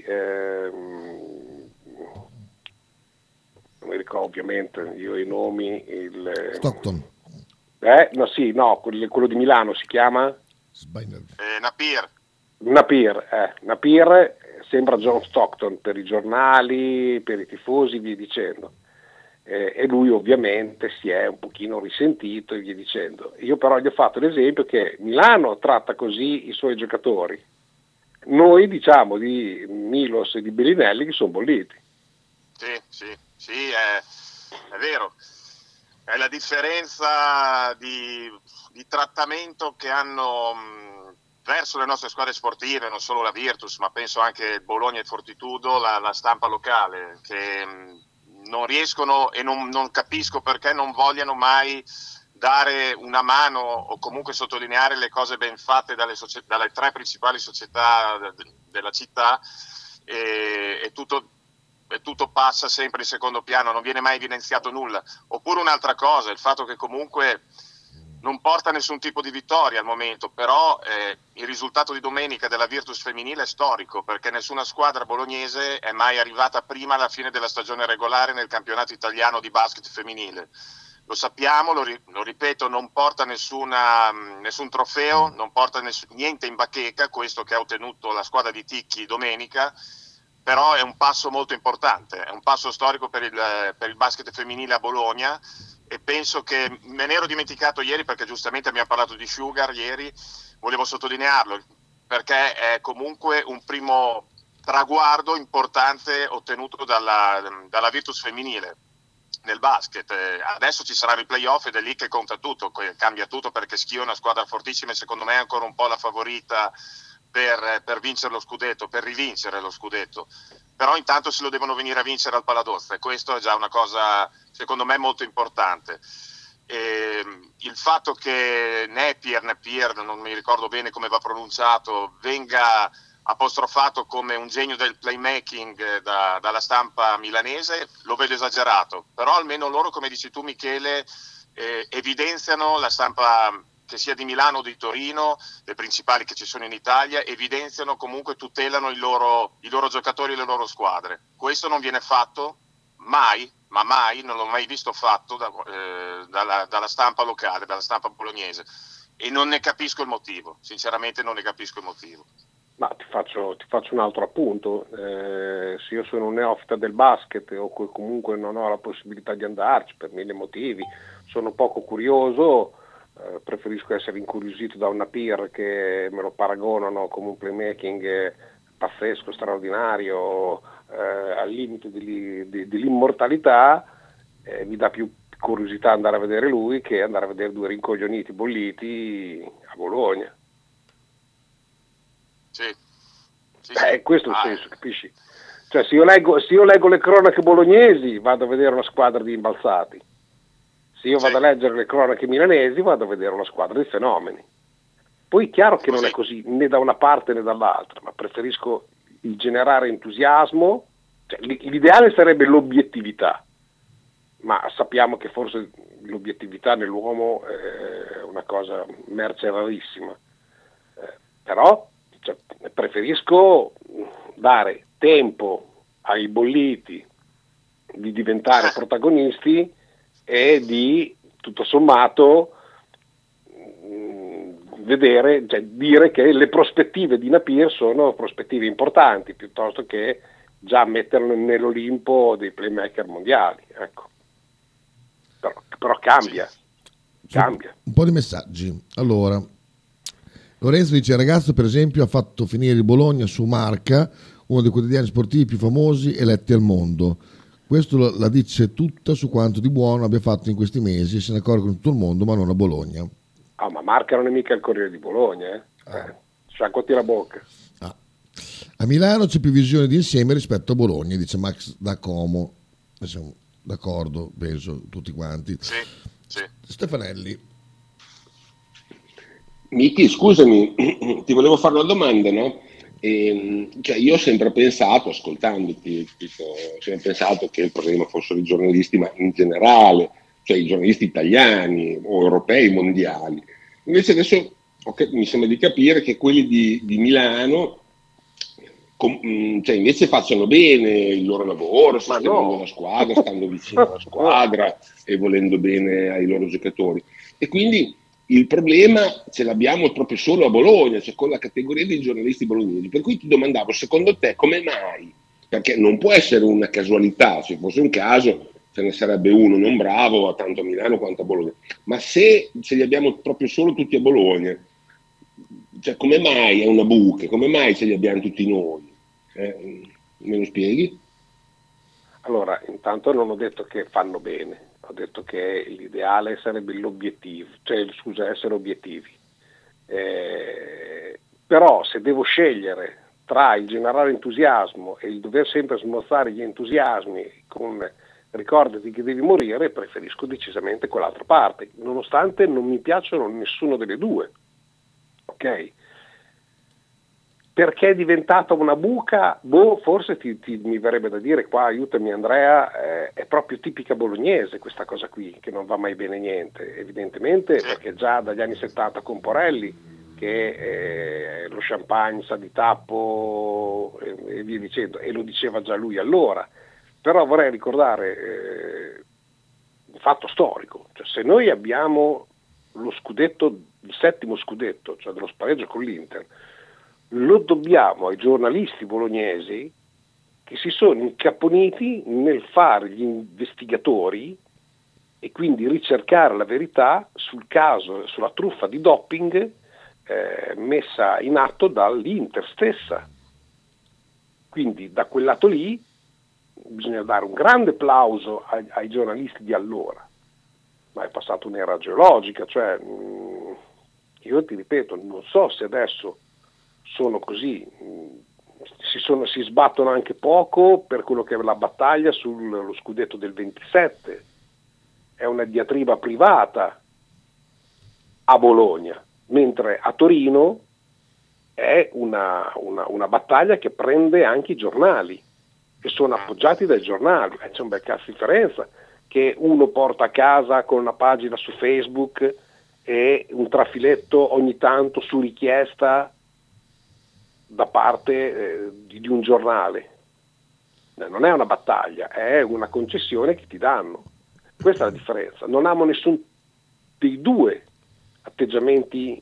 non mi ricordo ovviamente io i nomi, Stockton. Quello di Milano si chiama? Napier. Napier sembra John Stockton per i giornali, per i tifosi, via dicendo. E lui ovviamente si è un pochino risentito e via dicendo. Io però gli ho fatto l'esempio che Milano tratta così i suoi giocatori. Noi diciamo di Milos e di Bellinelli che sono bolliti. Sì, è vero. È la differenza di trattamento che hanno verso le nostre squadre sportive, non solo la Virtus, ma penso anche il Bologna e il Fortitudo, la stampa locale, che non riescono e non capisco perché non vogliano mai dare una mano o comunque sottolineare le cose ben fatte dalle 3 principali società della città, e tutto passa sempre in secondo piano, non viene mai evidenziato nulla. Oppure un'altra cosa, il fatto che comunque non porta nessun tipo di vittoria al momento, però il risultato di domenica della Virtus femminile è storico, perché nessuna squadra bolognese è mai arrivata prima alla fine della stagione regolare nel campionato italiano di basket femminile. Lo sappiamo, lo ripeto, non porta nessun trofeo, non porta niente in bacheca, questo che ha ottenuto la squadra di Ticchi domenica, però è un passo molto importante, è un passo storico per il basket femminile a Bologna, e penso che me ne ero dimenticato ieri, perché giustamente abbiamo parlato di Sugar ieri, volevo sottolinearlo, perché è comunque un primo traguardo importante ottenuto dalla Virtus femminile nel basket. Adesso ci saranno i playoff ed è lì che conta tutto, cambia tutto, perché Schio è una squadra fortissima e secondo me è ancora un po' la favorita per vincere lo scudetto, per rivincere lo scudetto, però intanto se lo devono venire a vincere al Paladozza, e questo è già una cosa secondo me molto importante. Il fatto che Napier, non mi ricordo bene come va pronunciato, venga apostrofato come un genio del playmaking dalla stampa milanese, lo vedo esagerato, però almeno loro, come dici tu Michele, evidenziano, la stampa che sia di Milano o di Torino, le principali che ci sono in Italia, evidenziano, comunque tutelano i loro giocatori e le loro squadre. Questo non viene fatto mai, non l'ho mai visto fatto dalla stampa locale, dalla stampa bolognese, e non ne capisco il motivo, sinceramente non ne capisco il motivo. Ma ti faccio un altro appunto, se io sono un neofita del basket o comunque non ho la possibilità di andarci per 1000 motivi, sono poco curioso, preferisco essere incuriosito da un Napier che me lo paragonano come un playmaking pazzesco, straordinario, al limite dell'immortalità, mi dà più curiosità andare a vedere lui che andare a vedere 2 rincoglioniti bolliti a Bologna. Sì. Questo è il senso, capisci? Cioè, se io leggo le cronache bolognesi vado a vedere una squadra di imbalzati, se io vado a leggere le cronache milanesi vado a vedere una squadra di fenomeni. Poi è chiaro che non è così né da una parte né dall'altra, ma preferisco il generare entusiasmo, cioè, l'ideale sarebbe l'obiettività, ma sappiamo che forse l'obiettività nell'uomo è una cosa merce rarissima, però preferisco dare tempo ai bolliti di diventare protagonisti e di, tutto sommato, dire che le prospettive di Napier sono prospettive importanti, piuttosto che già metterlo nell'Olimpo dei playmaker mondiali, ecco. Però cambia. Un po' di messaggi. Allora, Lorenzo dice: il ragazzo per esempio ha fatto finire il Bologna su Marca, uno dei quotidiani sportivi più famosi e letti al mondo. Questo la dice tutta su quanto di buono abbia fatto in questi mesi, e se ne accorgono tutto il mondo, ma non a Bologna. Ma Marca non è mica il Corriere di Bologna, sciacquati la bocca. A Milano c'è più visione di insieme rispetto a Bologna, dice Max da Como. Siamo d'accordo, penso tutti quanti. Sì. Stefanelli. Miki, scusami, ti volevo fare una domanda, no? Cioè io ho sempre pensato, ascoltandoti, ho sempre pensato che il problema fossero i giornalisti, ma in generale, cioè i giornalisti italiani o europei, mondiali. Invece adesso mi sembra di capire che quelli di Milano cioè invece facciano bene il loro lavoro, sostenendo la squadra, stando vicino alla squadra e volendo bene ai loro giocatori. E quindi il problema ce l'abbiamo proprio solo a Bologna, cioè con la categoria dei giornalisti bolognesi. Per cui ti domandavo, secondo te, come mai? Perché non può essere una casualità, se fosse un caso ce ne sarebbe uno non bravo, tanto a Milano quanto a Bologna. Ma se ce li abbiamo proprio solo tutti a Bologna, cioè come mai è una buca? Come mai ce li abbiamo tutti noi? Me lo spieghi? Allora, intanto non ho detto che fanno bene, ho detto che l'ideale sarebbe l'obiettivo, cioè scusa, essere obiettivi. Però se devo scegliere tra il generare entusiasmo e il dover sempre smorzare gli entusiasmi con ricordati che devi morire, preferisco decisamente quell'altra parte, nonostante non mi piacciono nessuno delle due. Ok? Perché è diventata una buca? Forse mi verrebbe da dire, qua aiutami Andrea, è proprio tipica bolognese questa cosa qui, che non va mai bene niente, evidentemente perché già dagli anni 70 con Porelli, che lo champagne sa di tappo e via dicendo, e lo diceva già lui allora. Però vorrei ricordare un fatto storico, cioè se noi abbiamo lo scudetto, il 7° scudetto, cioè dello spareggio con l'Inter, lo dobbiamo ai giornalisti bolognesi che si sono incaponiti nel fare gli investigatori e quindi ricercare la verità sul caso, sulla truffa di doping messa in atto dall'Inter stessa. Quindi da quel lato lì bisogna dare un grande plauso ai giornalisti di allora, ma è passata un'era geologica, cioè io ti ripeto, non so se adesso sono così, si sbattono anche poco per quello che è la battaglia sullo scudetto del 27, è una diatriba privata a Bologna, mentre a Torino è una battaglia che prende anche i giornali, che sono appoggiati dai giornali, c'è un bel cazzo di differenza che uno porta a casa con una pagina su Facebook e un trafiletto ogni tanto su richiesta da parte di un giornale. Non è una battaglia, è una concessione che ti danno. Questa è la differenza. Non amo nessun dei due atteggiamenti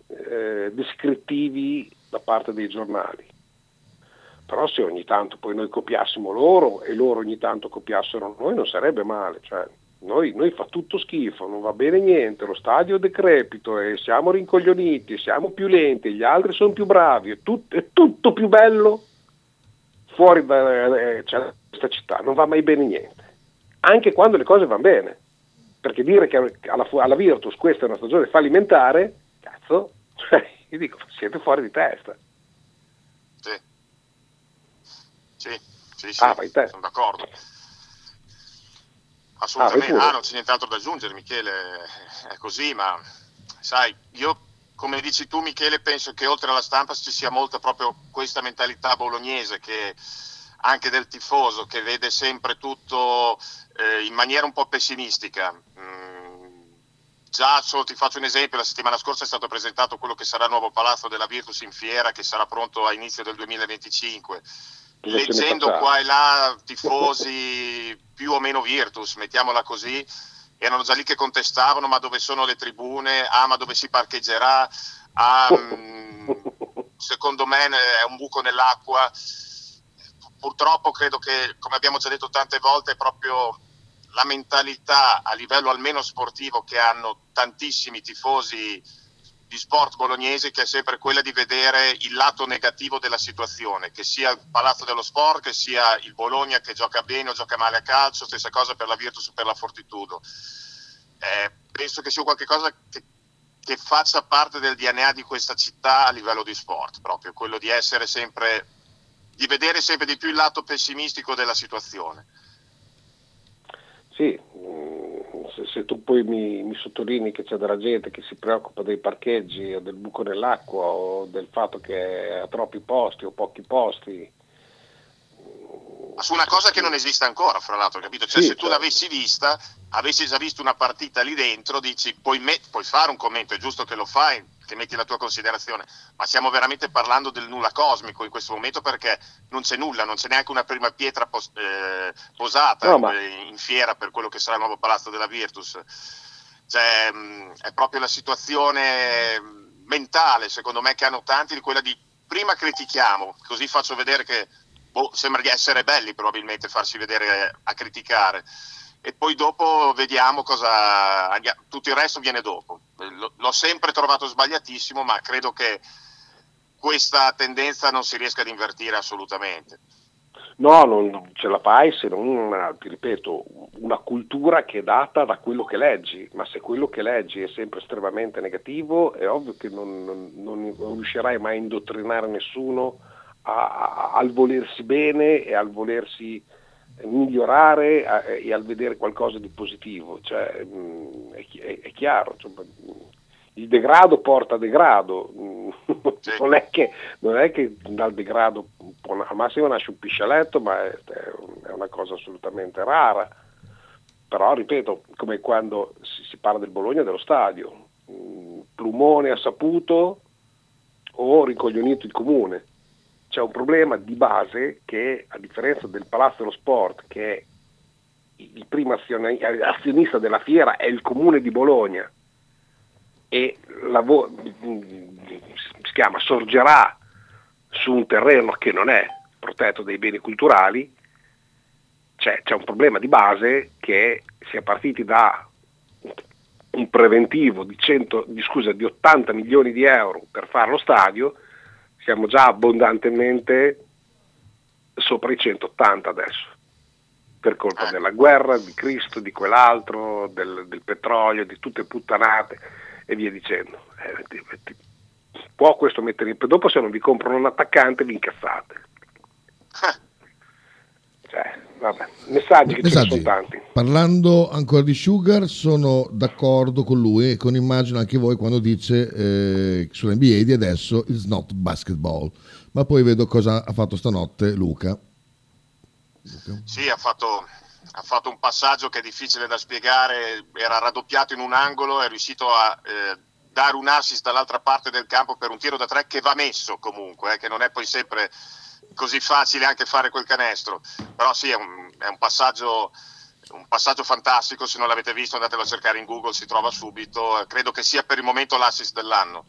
descrittivi da parte dei giornali. Però se ogni tanto poi noi copiassimo loro e loro ogni tanto copiassero noi, non sarebbe male. Cioè, noi fa tutto schifo, non va bene niente, lo stadio è decrepito e siamo rincoglioniti, siamo più lenti, gli altri sono più bravi, è tutto più bello fuori da questa città, non va mai bene niente. Anche quando le cose vanno bene, perché dire che alla Virtus questa è una stagione fallimentare, cazzo, cioè, io dico, siete fuori di testa. Sì, vai te. sono d'accordo. Assolutamente, non c'è nient'altro da aggiungere, Michele, è così, ma sai, io come dici tu Michele penso che oltre alla stampa ci sia molta proprio questa mentalità bolognese che anche del tifoso che vede sempre tutto in maniera un po' pessimistica. Già solo ti faccio un esempio, la settimana scorsa è stato presentato quello che sarà il nuovo palazzo della Virtus in Fiera, che sarà pronto a inizio del 2025. Leggendo qua e là tifosi più o meno Virtus, mettiamola così, erano già lì che contestavano ma dove sono le tribune, ma dove si parcheggerà, secondo me è un buco nell'acqua. Purtroppo credo che, come abbiamo già detto tante volte, è proprio la mentalità a livello almeno sportivo che hanno tantissimi tifosi di sport bolognesi, che è sempre quella di vedere il lato negativo della situazione, che sia il Palazzo dello Sport, che sia il Bologna che gioca bene o gioca male a calcio, stessa cosa per la Virtus o per la Fortitudo. Penso che sia qualcosa che faccia parte del DNA di questa città a livello di sport, proprio quello di essere sempre, di vedere sempre di più il lato pessimistico della situazione. Sì, se tu poi mi sottolinei che c'è della gente che si preoccupa dei parcheggi o del buco nell'acqua o del fatto che ha troppi posti o pochi posti. Ma su una cosa che non esiste ancora, fra l'altro, capito? Cioè, sì, se tu l'avessi vista, avessi già visto una partita lì dentro, dici, puoi fare un commento, è giusto che lo fai, che metti la tua considerazione, ma stiamo veramente parlando del nulla cosmico in questo momento, perché non c'è nulla, non c'è neanche una prima pietra posata in Fiera per quello che sarà il nuovo palazzo della Virtus. Cioè, è proprio la situazione mentale, secondo me, che hanno tanti, di quella di prima critichiamo, così faccio vedere che sembra di essere belli probabilmente farsi vedere a criticare, e poi dopo vediamo tutto il resto viene dopo. L'ho sempre trovato sbagliatissimo, ma credo che questa tendenza non si riesca ad invertire assolutamente. No, non ce la fai se non, ti ripeto, una cultura che è data da quello che leggi, ma se quello che leggi è sempre estremamente negativo, è ovvio che non riuscirai mai a indottrinare nessuno al volersi bene e al volersi migliorare e al vedere qualcosa di positivo. Cioè, è chiaro, cioè, il degrado porta a degrado. Sì. non è che dal degrado al massimo nasce un piscialetto, ma è una cosa assolutamente rara. Però ripeto, come quando si parla del Bologna, dello stadio, Plumone ha saputo o rincoglionito il comune. C'è un problema di base che, a differenza del Palazzo dello Sport, che è il primo azionista della fiera, è il comune di Bologna, e si chiama sorgerà su un terreno che non è protetto dai beni culturali. C'è un problema di base che si è partiti da un preventivo di 80 milioni di euro per fare lo stadio, siamo già abbondantemente sopra i 180 adesso, per colpa della guerra, di Cristo, di quell'altro, del petrolio, di tutte puttanate e via dicendo. Può questo mettere in... Dopo, se non vi comprano un attaccante vi incazzate. Cioè, vabbè, messaggi che ce ne sono tanti. Parlando ancora di Sugar, sono d'accordo con lui e con immagino anche voi quando dice sull'NBA di adesso it's not basketball, ma poi vedo cosa ha fatto stanotte Luca. Sì, ha fatto un passaggio che è difficile da spiegare, era raddoppiato in un angolo, è riuscito a dare un assist dall'altra parte del campo per un tiro da tre che va messo comunque, che non è poi sempre così facile anche fare quel canestro, però sì, è un passaggio fantastico. Se non l'avete visto andatelo a cercare in Google, si trova subito. Credo che sia per il momento l'assist dell'anno.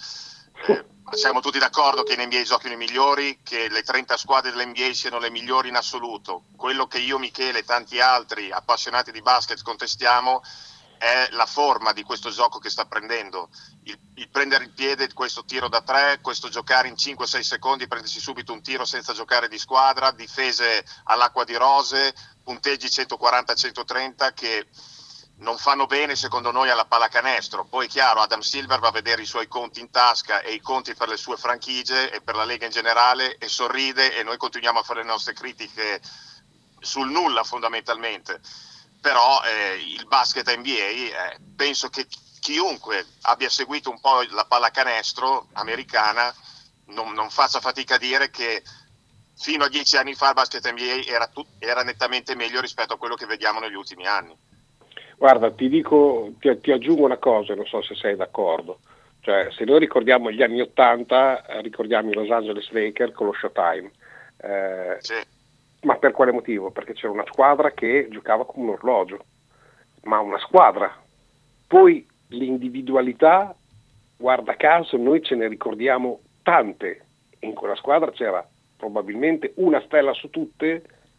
Siamo tutti d'accordo che in NBA giochino i migliori, che le 30 squadre dell'NBA siano le migliori in assoluto. Quello che io, Michele e tanti altri appassionati di basket contestiamo è la forma di questo gioco che sta prendendo, il prendere il piede, questo tiro da tre, questo giocare in 5-6 secondi, prendersi subito un tiro senza giocare di squadra, difese all'acqua di rose, punteggi 140-130 che non fanno bene secondo noi alla pallacanestro. Poi chiaro, Adam Silver va a vedere i suoi conti in tasca e i conti per le sue franchigie e per la Lega in generale e sorride, e noi continuiamo a fare le nostre critiche sul nulla fondamentalmente. Però il basket NBA, penso che chiunque abbia seguito un po' la pallacanestro americana non faccia fatica a dire che fino a 10 anni fa il basket NBA era nettamente meglio rispetto a quello che vediamo negli ultimi anni. Guarda, ti aggiungo una cosa, non so se sei d'accordo. Cioè, se noi ricordiamo gli anni 80, ricordiamo i Los Angeles Lakers con lo Showtime. Sì. Ma per quale motivo? Perché c'era una squadra che giocava come un orologio, ma una squadra. Poi l'individualità, guarda caso, noi ce ne ricordiamo tante. In quella squadra c'era probabilmente una stella su tutte,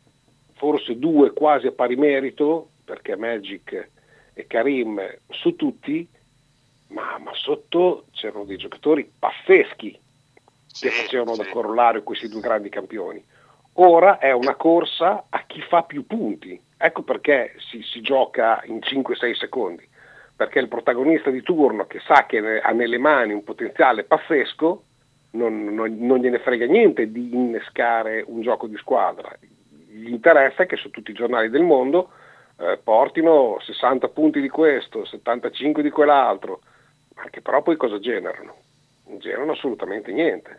forse due quasi a pari merito, perché Magic e Karim su tutti, ma sotto c'erano dei giocatori pazzeschi che facevano da corollario questi due grandi campioni. Ora è una corsa a chi fa più punti. Ecco perché si gioca in 5-6 secondi, perché il protagonista di turno, che sa che ha nelle mani un potenziale pazzesco, non gliene frega niente di innescare un gioco di squadra. Gli interessa che su tutti i giornali del mondo portino 60 punti di questo, 75 di quell'altro, ma che però poi cosa generano? Non generano assolutamente niente.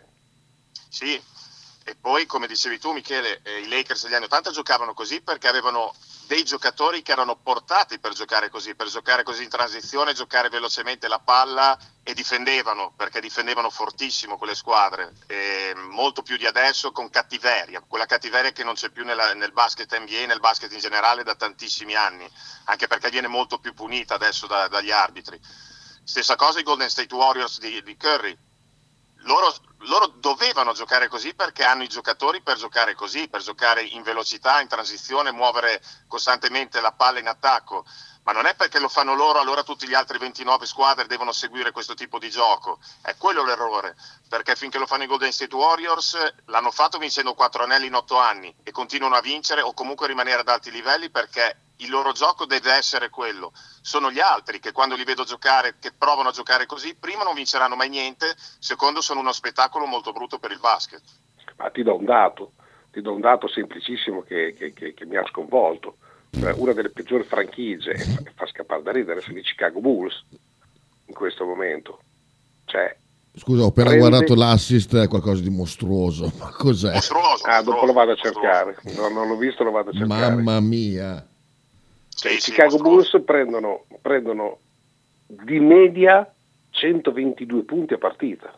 Sì, e poi come dicevi tu, Michele, i Lakers degli anni 80 giocavano così perché avevano dei giocatori che erano portati per giocare così in transizione, giocare velocemente la palla, e difendevano, perché difendevano fortissimo quelle squadre, e molto più di adesso, con cattiveria, quella cattiveria che non c'è più nel basket NBA, nel basket in generale da tantissimi anni, anche perché viene molto più punita adesso dagli arbitri. Stessa cosa i Golden State Warriors di Curry. Loro dovevano giocare così perché hanno i giocatori per giocare così, per giocare in velocità, in transizione, muovere costantemente la palla in attacco, ma non è perché lo fanno loro allora tutti gli altri 29 squadre devono seguire questo tipo di gioco. È quello l'errore, perché finché lo fanno i Golden State Warriors l'hanno fatto vincendo 4 anelli in 8 anni e continuano a vincere o comunque rimanere ad alti livelli, perché il loro gioco deve essere quello. Sono gli altri che quando li vedo giocare, che provano a giocare così, primo non vinceranno mai niente, secondo sono uno spettacolo molto brutto per il basket. Ma ti do un dato semplicissimo che mi ha sconvolto. Una delle peggiori franchigie, fa scappare da ridere, sono i Chicago Bulls in questo momento. Scusa, ho appena guardato l'assist, è qualcosa di mostruoso. Ma cos'è? Mostruoso. Dopo lo vado a cercare. No, non l'ho visto, lo vado a cercare. Mamma mia. I Chicago Bulls prendono di media 122 punti a partita.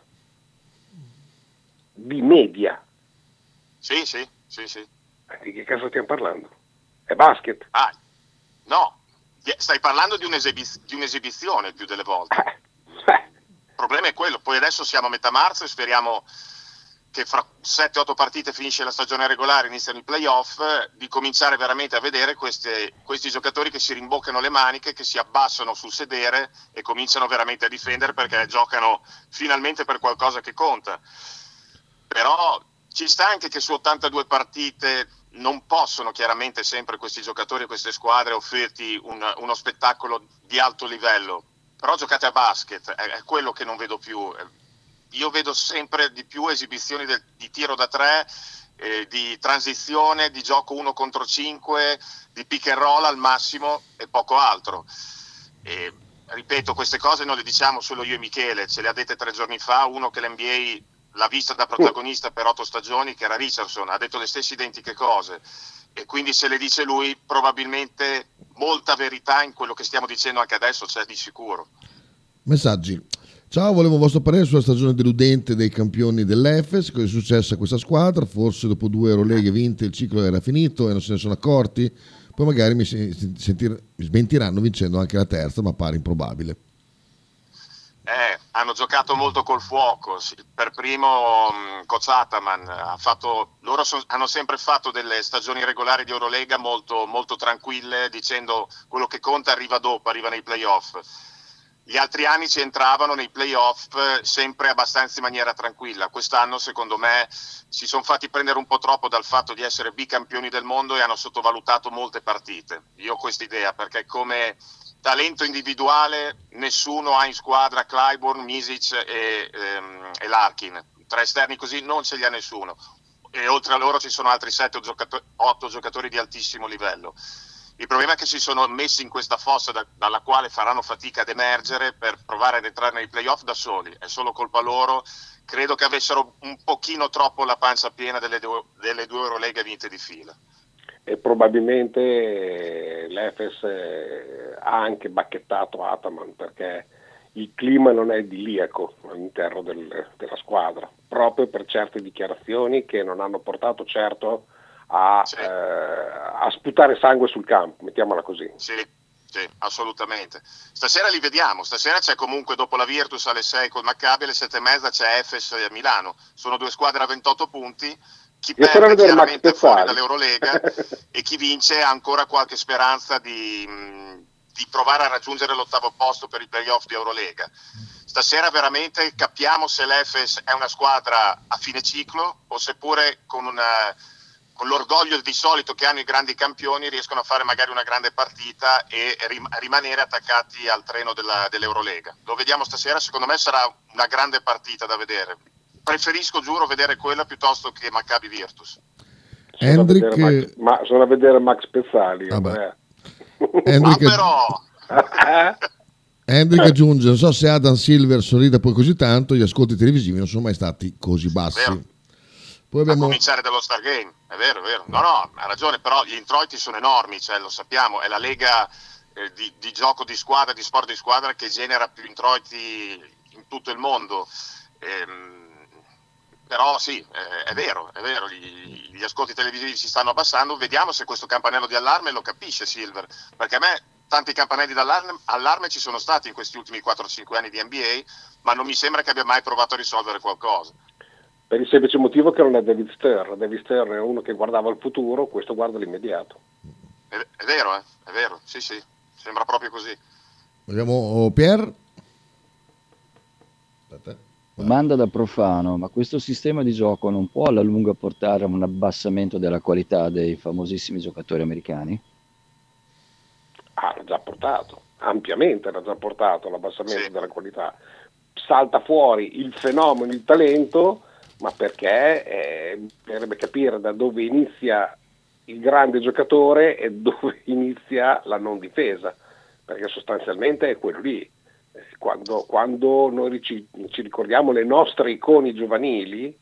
Di media. Sì. Di che caso stiamo parlando? È basket? No, stai parlando di un'esibizione il più delle volte. Il problema è quello. Poi adesso siamo a metà marzo e speriamo che fra 7-8 partite finisce la stagione regolare, iniziano i playoff, di cominciare veramente a vedere questi giocatori che si rimboccano le maniche, che si abbassano sul sedere e cominciano veramente a difendere, perché giocano finalmente per qualcosa che conta. Però ci sta anche che su 82 partite non possono chiaramente sempre questi giocatori e queste squadre offrirti uno spettacolo di alto livello, però giocate a basket, è quello che non vedo più. Io vedo sempre di più esibizioni di tiro da 3, di transizione, di gioco 1 contro 5, di pick and roll al massimo e poco altro. E, ripeto, queste cose non le diciamo solo io e Michele, ce le ha dette 3 giorni fa uno che l'NBA l'ha vista da protagonista per 8 stagioni, che era Richardson, ha detto le stesse identiche cose, e quindi se le dice lui probabilmente molta verità in quello che stiamo dicendo anche adesso c'è di sicuro. Messaggi. Ciao, volevo il vostro parere sulla stagione deludente dei campioni dell'Efes. Cosa è successo a questa squadra? Forse dopo 2 Euroleghe vinte il ciclo era finito e non se ne sono accorti? Poi magari mi smentiranno vincendo anche la terza, ma pare improbabile. Hanno giocato molto col fuoco, per primo coach Ataman hanno sempre fatto delle stagioni regolari di Eurolega molto, molto tranquille, dicendo quello che conta arriva dopo, arriva nei playoff. Gli altri anni ci entravano nei playoff sempre abbastanza in maniera tranquilla. Quest'anno secondo me si sono fatti prendere un po' troppo dal fatto di essere bicampioni del mondo e hanno sottovalutato molte partite. Io ho questa idea, perché come talento individuale nessuno ha in squadra Clyburn, Misic e Larkin. 3 esterni così non ce li ha nessuno, e oltre a loro ci sono altri 7-8 giocatori di altissimo livello. Il problema è che si sono messi in questa fossa dalla quale faranno fatica ad emergere per provare ad entrare nei playoff da soli. È solo colpa loro. Credo che avessero un pochino troppo la pancia piena delle due Euroleghe vinte di fila. E probabilmente l'Efes ha anche bacchettato Ataman, perché il clima non è idilliaco all'interno della squadra, proprio per certe dichiarazioni che non hanno portato certo a sputare sangue sul campo, mettiamola così. Sì, assolutamente. Stasera li vediamo, stasera c'è comunque, dopo la Virtus alle 6 col Maccabi, alle 7:30 c'è Efes a Milano, sono 2 squadre a 28 punti, chi perde chiaramente fuori dall'Eurolega e chi vince ha ancora qualche speranza di provare a raggiungere l'8° posto per i playoff di Eurolega. Stasera veramente capiamo se l'Efes è una squadra a fine ciclo o seppure con l'orgoglio di solito che hanno i grandi campioni riescono a fare magari una grande partita e rimanere attaccati al treno dell'Eurolega. Lo vediamo stasera, secondo me sarà una grande partita da vedere. Preferisco, giuro, vedere quella piuttosto che Maccabi Virtus. Sono a vedere Max Pezzali. Hendrik aggiunge: non so se Adam Silver sorrida poi così tanto, gli ascolti televisivi non sono mai stati così bassi. Poi a abbiamo... cominciare dallo Star Game, è vero, è vero. No, ha ragione, però gli introiti sono enormi, cioè, lo sappiamo, è la lega di gioco di squadra, di sport di squadra che genera più introiti in tutto il mondo. Però sì, è vero, gli ascolti televisivi si stanno abbassando, vediamo se questo campanello di allarme lo capisce Silver, perché a me tanti campanelli d'allarme ci sono stati in questi ultimi 4-5 anni di NBA, ma non mi sembra che abbia mai provato a risolvere qualcosa. Per il semplice motivo che non è David Stern. David Stern è uno che guardava il futuro, questo guarda l'immediato. È vero, sì, sembra proprio così. Abbiamo Pier. Domanda da profano, ma questo sistema di gioco non può alla lunga portare a un abbassamento della qualità dei famosissimi giocatori americani? L'ha già portato, ampiamente l'ha già portato all'abbassamento della qualità. Salta fuori il fenomeno, il talento, ma perché bisognerebbe capire da dove inizia il grande giocatore e dove inizia la non difesa, perché sostanzialmente è quello lì. Quando noi ci ricordiamo le nostre icone giovanili,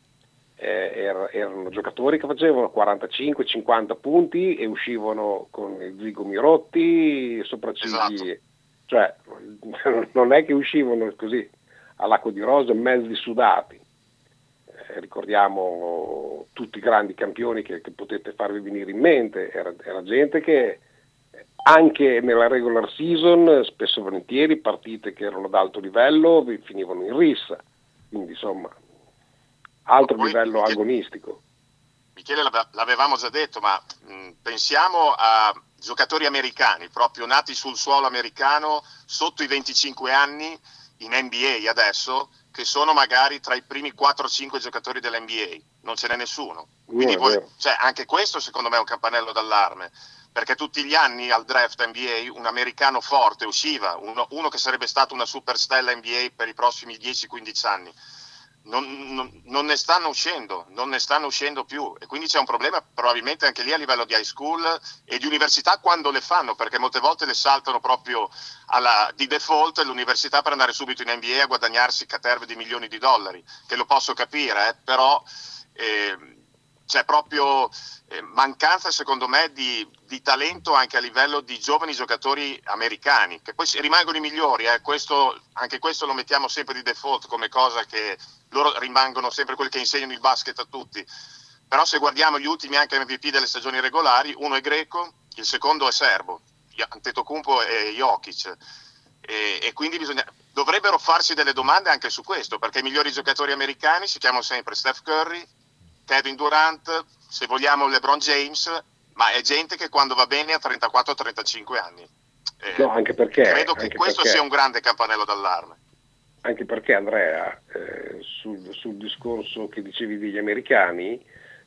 erano giocatori che facevano 45-50 punti e uscivano con i zigomi rotti, sopraccigli, cioè non è che uscivano così all'acqua di rose mezzi sudati. Ricordiamo tutti i grandi campioni che potete farvi venire in mente, era gente che anche nella regular season spesso e volentieri partite che erano ad alto livello finivano in rissa, quindi insomma altro livello agonistico. Michele, l'avevamo già detto, ma pensiamo a giocatori americani proprio nati sul suolo americano sotto i 25 anni in NBA adesso, che sono magari tra i primi 4-5 giocatori dell'NBA, non ce n'è nessuno. Quindi cioè, anche questo secondo me è un campanello d'allarme, perché tutti gli anni al draft NBA un americano forte usciva, uno che sarebbe stato una superstella NBA per i prossimi 10-15 anni. Non ne stanno uscendo più, e quindi c'è un problema probabilmente anche lì a livello di high school e di università quando le fanno, perché molte volte le saltano proprio di default l'università per andare subito in NBA a guadagnarsi caterve di milioni di dollari, che lo posso capire, però c'è proprio mancanza secondo me di talento anche a livello di giovani giocatori americani, che poi rimangono i migliori, anche questo lo mettiamo sempre di default come cosa, che loro rimangono sempre quelli che insegnano il basket a tutti, però se guardiamo gli ultimi anche MVP delle stagioni regolari, uno è greco, il secondo è serbo, Antetokounmpo e Jokic, e quindi dovrebbero farsi delle domande anche su questo, perché i migliori giocatori americani si chiamano sempre Steph Curry, Kevin Durant, se vogliamo LeBron James, ma è gente che quando va bene ha 34-35 anni. No, anche perché credo che questo sia un grande campanello d'allarme. Anche perché Andrea, sul discorso che dicevi degli americani,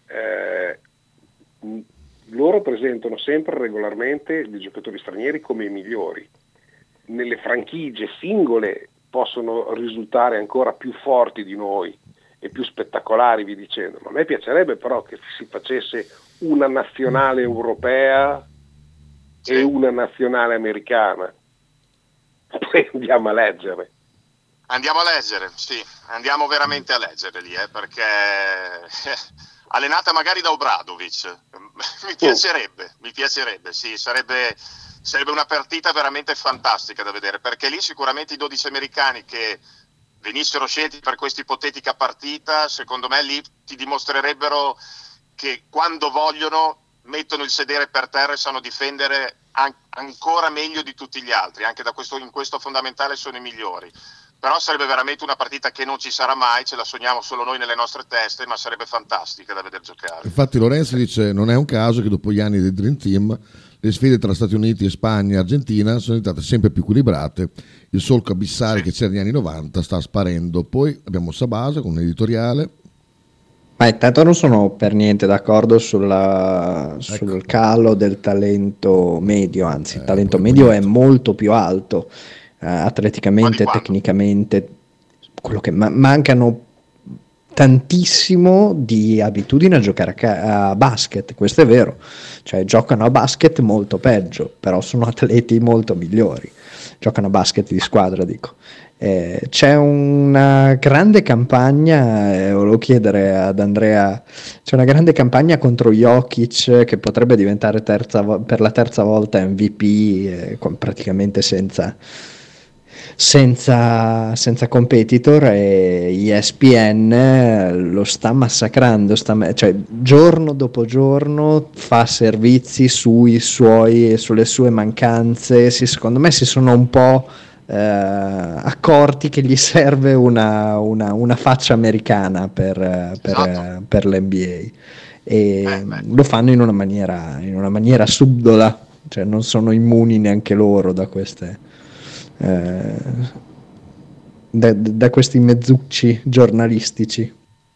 loro presentano sempre regolarmente dei giocatori stranieri come i migliori. Nelle franchigie singole possono risultare ancora più forti di noi e più spettacolari, vi dicendo. Ma a me piacerebbe però che si facesse una nazionale europea e una nazionale americana. Poi andiamo a leggere. Sì, andiamo veramente a leggere lì, perché allenata magari da Obradovic, mi piacerebbe, sì, sarebbe una partita veramente fantastica da vedere, perché lì sicuramente i 12 americani che venissero scelti per questa ipotetica partita, secondo me lì ti dimostrerebbero che quando vogliono mettono il sedere per terra e sanno difendere ancora meglio di tutti gli altri, anche in questo fondamentale sono i migliori. Però sarebbe veramente una partita che non ci sarà mai, ce la sogniamo solo noi nelle nostre teste, ma sarebbe fantastica da vedere giocare. Infatti Lorenzo dice: non è un caso che dopo gli anni del Dream Team le sfide tra Stati Uniti, Spagna e Argentina sono diventate sempre più equilibrate, il solco abissale che c'era negli anni 90 sta sparendo. Poi abbiamo Sabasa con un editoriale. Ma intanto non sono per niente d'accordo sul calo del talento medio, anzi il talento medio è molto più alto. Atleticamente, tecnicamente, quello che mancano tantissimo di abitudine a giocare a basket, questo è vero, cioè giocano a basket molto peggio, però sono atleti molto migliori, giocano a basket di squadra, dico. C'è una grande campagna, volevo chiedere ad Andrea, c'è una grande campagna contro Jokic che potrebbe diventare per la terza volta MVP, praticamente senza competitor, e ESPN lo sta massacrando, cioè giorno dopo giorno fa servizi sulle sue mancanze. Secondo me si sono un po' accorti che gli serve una faccia americana per l'NBA, e lo fanno in una maniera subdola, cioè non sono immuni neanche loro da queste da questi mezzucci giornalistici.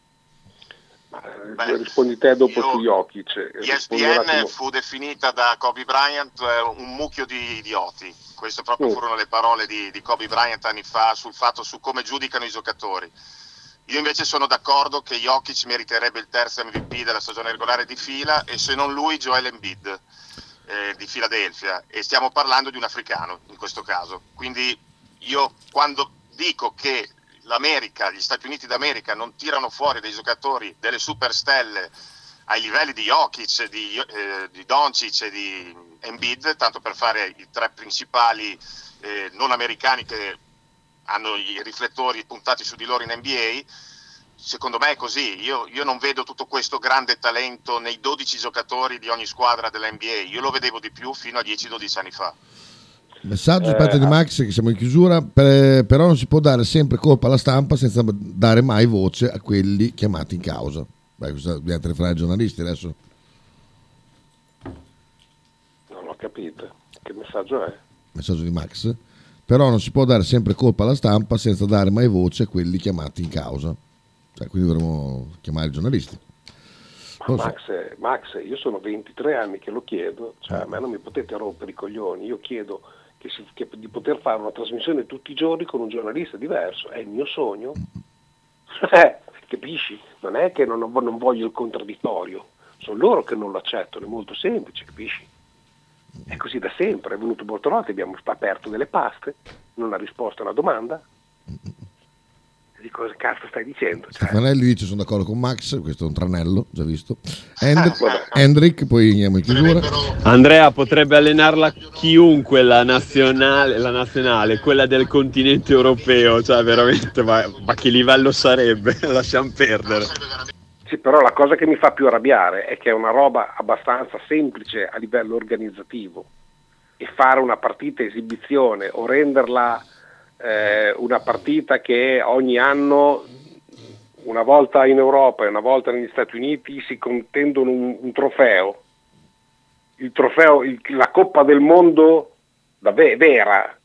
Rispondi te dopo su Jokic. ESPN fu definita da Kobe Bryant un mucchio di idioti. Queste proprio furono le parole di Kobe Bryant anni fa su come giudicano i giocatori. Io invece sono d'accordo che Jokic meriterebbe il terzo MVP della stagione regolare di fila, e se non lui Joel Embiid di Philadelphia, e stiamo parlando di un africano in questo caso. Quindi io, quando dico che gli Stati Uniti d'America non tirano fuori dei giocatori, delle superstelle ai livelli di Jokic, di Doncic e di Embiid, tanto per fare i tre principali non americani che hanno i riflettori puntati su di loro in NBA, secondo me è così. Io non vedo tutto questo grande talento nei 12 giocatori di ogni squadra dell'NBA, io lo vedevo di più fino a 10-12 anni fa. Messaggio da parte di Max, che siamo in chiusura, però non si può dare sempre colpa alla stampa senza dare mai voce a quelli chiamati in causa. Beh, questo dobbiamo telefonare ai giornalisti adesso. Non ho capito. Che messaggio è? Messaggio di Max. Però non si può dare sempre colpa alla stampa senza dare mai voce a quelli chiamati in causa. Cioè, quindi dovremmo chiamare i giornalisti. Max, io sono 23 anni che lo chiedo, cioè a me non mi potete rompere i coglioni. Io chiedo di poter fare una trasmissione tutti i giorni con un giornalista diverso, è il mio sogno. Capisci? Non è che non voglio il contraddittorio, sono loro che non lo accettano, è molto semplice, capisci? È così da sempre, è venuto molte volte, abbiamo aperto delle paste, non ha risposto a una domanda. Di cosa cazzo stai dicendo? Stefanelli dice sono d'accordo con Max, questo è un tranello, già visto. Hendrik, poi andiamo in chiusura. Andrea, potrebbe allenarla chiunque la nazionale, quella del continente europeo, cioè veramente, ma che livello sarebbe? Lasciamo perdere. Sì, però la cosa che mi fa più arrabbiare è che è una roba abbastanza semplice a livello organizzativo, e fare una partita esibizione o renderla una partita che ogni anno, una volta in Europa e una volta negli Stati Uniti, si contendono un trofeo, la Coppa del Mondo vera,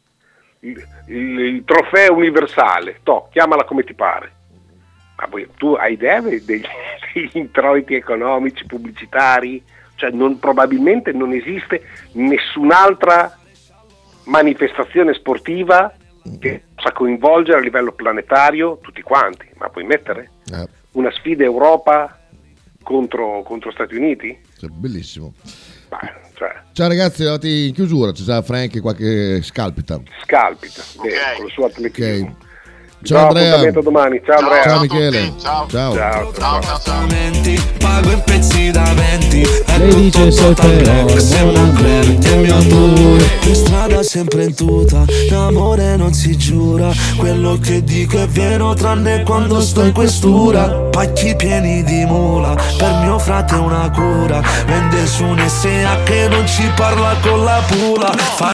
il trofeo universale, chiamala come ti pare. Ma poi tu hai idea degli introiti economici, pubblicitari? Cioè probabilmente non esiste nessun'altra manifestazione sportiva che possa coinvolgere a livello planetario tutti quanti. Ma puoi mettere una sfida Europa contro Stati Uniti? Bellissimo. Ciao ragazzi, arrivati in chiusura, ci sarà Frank e qualche scalpita, con il suo atletismo. Ciao Andrea. Domani. Ciao Andrea. Ciao Michele. Ciao. Pago in pezzi da 20. Lei dice sei però in strada sempre in tuta, l'amore non si giura, quello che dico è vero tranne quando sto in questura. Pacchi pieni di mula, per mio frate una cura, vende su un SEA che non ci parla con la pula.